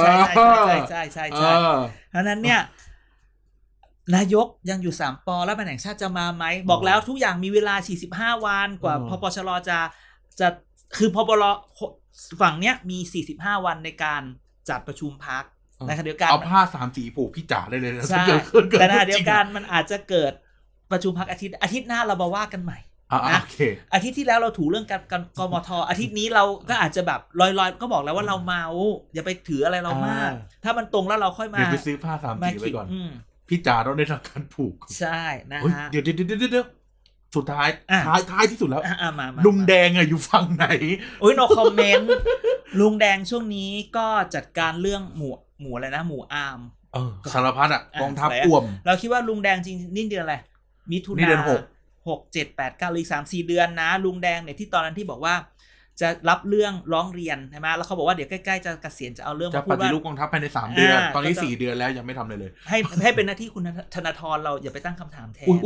A: เพราะนั้นเนี่ยนายกยังอยู่3 ปแล้วรัฐบาลแห่งชาติจะมาไหมบอกแล้วทุกอย่างมีเวลา45 วันกว่าพปชรจะคือพปรฝั่งเนี้ยมี45 วันในการจัดประชุมพรรคในขณะเดียวกัน
B: เอาผ้า3 สีผูกพี่จ๋าได้เลยนะ
A: แต่ในขณะเดียวกันมันอาจจะเกิดประชุมพรรคอาทิตย์หน้าเรามาว่ากันใหม่นะอาทิตย์ที่แล้วเราถูเรื่องการกมท.อาทิตย์นี้เราก็อาจจะแบบลอยๆก็บอกแล้วว่าเราเมาอย่าไปถืออะไรเรามากถ้ามันตรงแล้วเราค่อยมา
B: เดี๋ยวไปซื้อผ้า3 สีไว้ก่อนพี่จ๋าเราได้ทำการผูก
A: ใช่นะฮะ
B: เดี๋ยวสุดท้ายที่สุดแล้ว
A: มา
B: ลุงแดงอยู่ฝั่งไหน
A: no comment ลุงแดงช่วงนี้ก็จัดการเรื่องหมู่อะไรนะหมู่อาร์ม
B: สารพัดกองทัพอ่วม
A: เราคิดว่าลุงแดงจริงนี่เดือนอะไรมิถุนายน6 7 8 9อีก 3-4 เดือนนะลุงแดงเนี่ยที่ตอนนั้นที่บอกว่าจะรับเรื่องร้องเรียนใช่ไหมแล้วเขาบอกว่าเดี๋ยวใกล้ๆจะเกษียณจะเอาเรื่อง
B: จะปฏิรูปกองทัพภายใน3 เดือนตอนนี้4 เดือนแล้วยังไม่ทำเลย
A: ให้เป็นหน้าที่คุณธนาธรเราอย่าไปตั้งคำถามแทน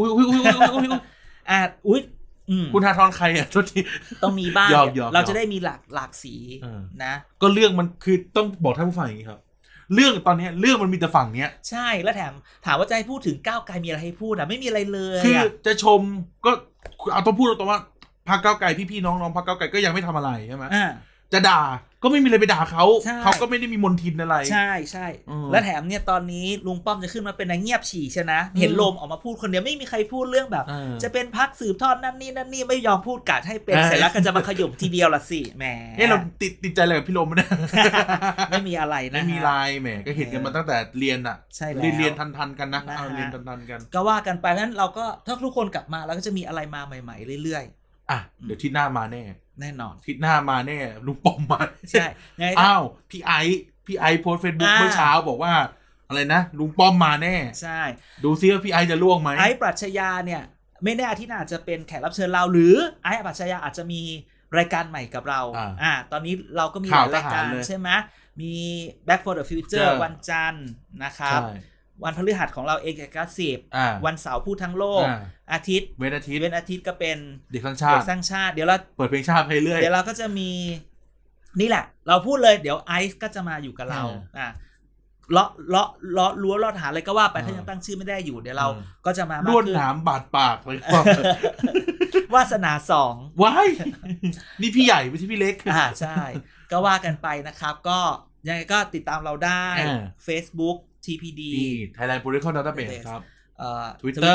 B: คุณธนาธรใครโทษที
A: ต้องมีบ้างเราจะได้มีหลากสีนะ
B: ก็เรื่องมันคือต้องบอกท่านผู้ฟังอย่างนี้ครับเรื่องตอนนี้เรื่องมันมีแต่ฝั่งเนี้ย
A: ใช่แล้วถามว่าจะให้พูดถึงก้าวไกลมีอะไรให้พูดไม่มีอะไรเลย
B: คือจะชมก็เอาต้องพูดตรงว่าพรรคก้าวไกลพี่ๆน้องๆพรรคก้าวไกลก็ยังไม่ทำอะไรใช่ไหมจะด่าก็ไม่มีอะไรไปด่าเขาก็ไม่ได้มีมนทินอะไร
A: ใช่และแถมเนี่ยตอนนี้ลุงป้อมจะขึ้นมาเป็นนางเงียบฉี่ใช่นะเห็นลมออกมาพูดคนเดียวไม่มีใครพูดเรื่องแบบจะเป็นพรรคสืบทอดนั่นนี่ไม่ยอมพูดกะให้เป็นเสร็จแล้วก็จะมาขย่มทีเดียวละสิแหม
B: เราติดใจอะไรกับพี่ลมมั้ย
A: ไม่มีอะไรนะ
B: ไม่มีลายแหมก็เห็นกันมาตั้งแต่เรียนอ่ะเรียนทันกันนะเรียนทันกัน
A: ก็ว่ากันไปเพราะฉะนั้นเราก็ถ้าทุกคนกลับมาแล้วก็จะมีอะไรมาใหม่ๆเรื่อย
B: เดี๋ยวที่หน้ามาแน่
A: นอน
B: ทิศหน้ามาแน่ลุงป้อมมา
A: ใช่
B: พี่ไอโพสเฟซบุ๊กเมื่อเช้าบอกว่าอะไรนะลุงป้อมมาแน่
A: ใช่
B: ดูซิว่าพี่ไอจะล่วงไหม
A: ไอปรัชญาเนี่ยไม่แน่อาทิตย์หน้าจะเป็นแขกรับเชิญเราหรือไอปรัชญาอาจจะมีรายการใหม่กับเราตอนนี้เราก็มีหลายรายการใช่ไหมมี Back for the Future วันจันทร์นะครับวันพฤหัสของเราเองกับ90วันเสาร์พูดทั้งโลกอาทิตย์เว้นอาทิตย์ก็เป็น
B: เด็กสร้าง
A: ชาติเดี๋ยวเรา
B: เปิดเพลงชาติไปเรื่อย
A: เดี๋ยวเราก็จะมีนี่แหละเราพูดเลยเดี๋ยวไอซ์ก็จะมาอยู่กับเราเลาะรั้วลอดหาอะไรก็ว่าไปถ้ายังตั้งชื่อไม่ได้อยู่เดี๋ยวเราก็จะมา
B: ล้วนหนามบาดปากเล
A: ยวาสนา2
B: ว้ายนี่พี่ใหญ่ไม่ใช่พี่เล็ก
A: ใช่ก็ว่ากันไปนะครับก็ยังไงก็ติดตามเราได้ Facebook TPD
B: Thailand Political Database ครับTwitter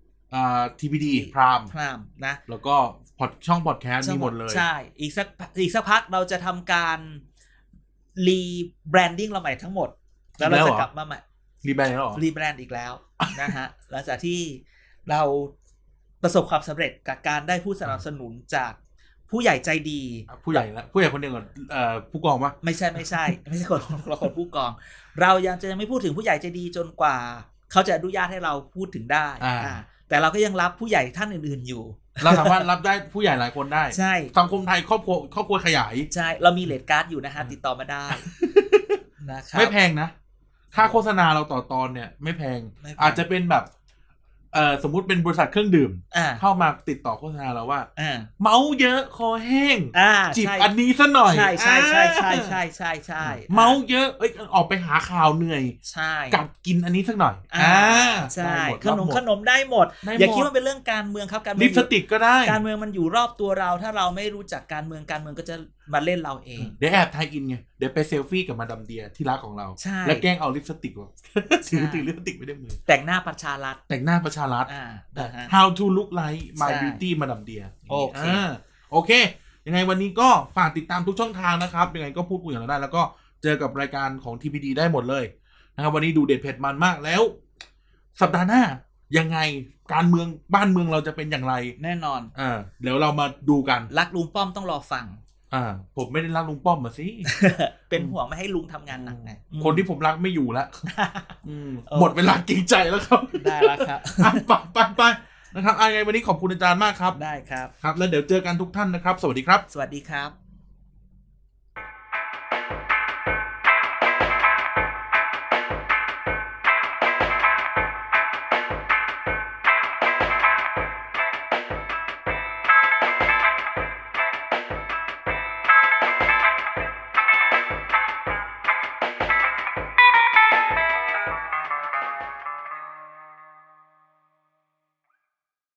B: TPD Prime
A: นะ
B: แล้วก็ช่องพอดแคสต์มีหมดเลย
A: ใช่อีกสักพักเราจะทำการรีแบรนดิ้งเราใหม่ทั้งหมดแล้วเราจะกลับมาใหม่
B: รีแบรนด์หรอ
A: รีแบรนด์อีกแล้วนะฮะหลังจากที่เราประสบความสำเร็จกับการได้ผู้สนับสนุนจากผู้ใหญ่ใจดี
B: ผู้ใหญ่ละผู้ใหญ่คนเดียวก่อนผู้กองปะ
A: ไม่ใช่คนละคนผู้กองเรายังจะไม่พูดถึงผู้ใหญ่ใจดีจนกว่าเขาจะอนุญาตให้เราพูดถึงได้แต่เราก็ยังรับผู้ใหญ่ท่านอื่นๆอยู่
B: เราสามารถรับได้ผู้ใหญ่หลายคนได้
A: ใช่
B: สังคมไทยครอบครัวขยาย
A: ใช่เรามีเรทการ์ดอยู่นะฮะติดต่อมาได้
B: นะครับไม่แพงนะค่าโฆษณาเราต่อตอนเนี่ยไม่แพงอาจจะเป็นแบบสมมุติเป็นบริษัทเครื่องดื่มเข้ามาติดต่อโฆษณาเราว่าเมาเยอะคอแห้งจิบอันนี้ซะหน่อย
A: ใช่
B: เมาเยอะออกไปหาข่าวเหนื่อย
A: ใช่
B: กัดกินอันนี้สักหน่อย
A: ใช่ขนมได้หมดอย่าคิดว่าเป็นเรื่องการเมืองครับการเมือง
B: ลิปสติกก็ได้
A: การเมืองมันอยู่รอบตัวเราถ้าเราไม่รู้จักการเมืองก็จะมาเล่นเราเอง
B: เดี๋ยวแอบไทยอินไงเดี๋ยวไปเซลฟี่กับมาดามเดียที่รักของเราแล้วแกล้งเอาลิปสติกถือลิปสติกไม่ได้มือ
A: แต่งหน้าประชารัฐ
B: How to look like my beauty มาดามเดียโอเคยังไงวันนี้ก็ฝากติดตามทุกช่องทางนะครับยังไงก็พูดคุยกันได้แล้วก็เจอกับรายการของ TPD ได้หมดเลยนะครับวันนี้ดูเด็ดเผ็ดมันมากแล้วสัปดาห์หน้ายังไงการเมืองบ้านเมืองเราจะเป็นอย่างไร
A: แน่นอน
B: เดี๋ยวเรามาดูกัน
A: รักลุงป้อมต้องรอฟัง
B: ผมไม่ได้รักลุงป้อมมาสิ
A: เป็นห่วงไม่ให้ลุงทำงานหนักไง
B: คนที่ผมรักไม่อยู่แล้วหมดเวลาจริงใจแล้วครับ
A: ได้แล้วครับ
B: ไปนะครับยังไงวันนี้ขอบคุณอาจารย์มากครับ
A: ได้ครับ
B: ครับแล้วเดี๋ยวเจอกันทุกท่านนะครับสวัสดีครับ
A: สวัสดีครับ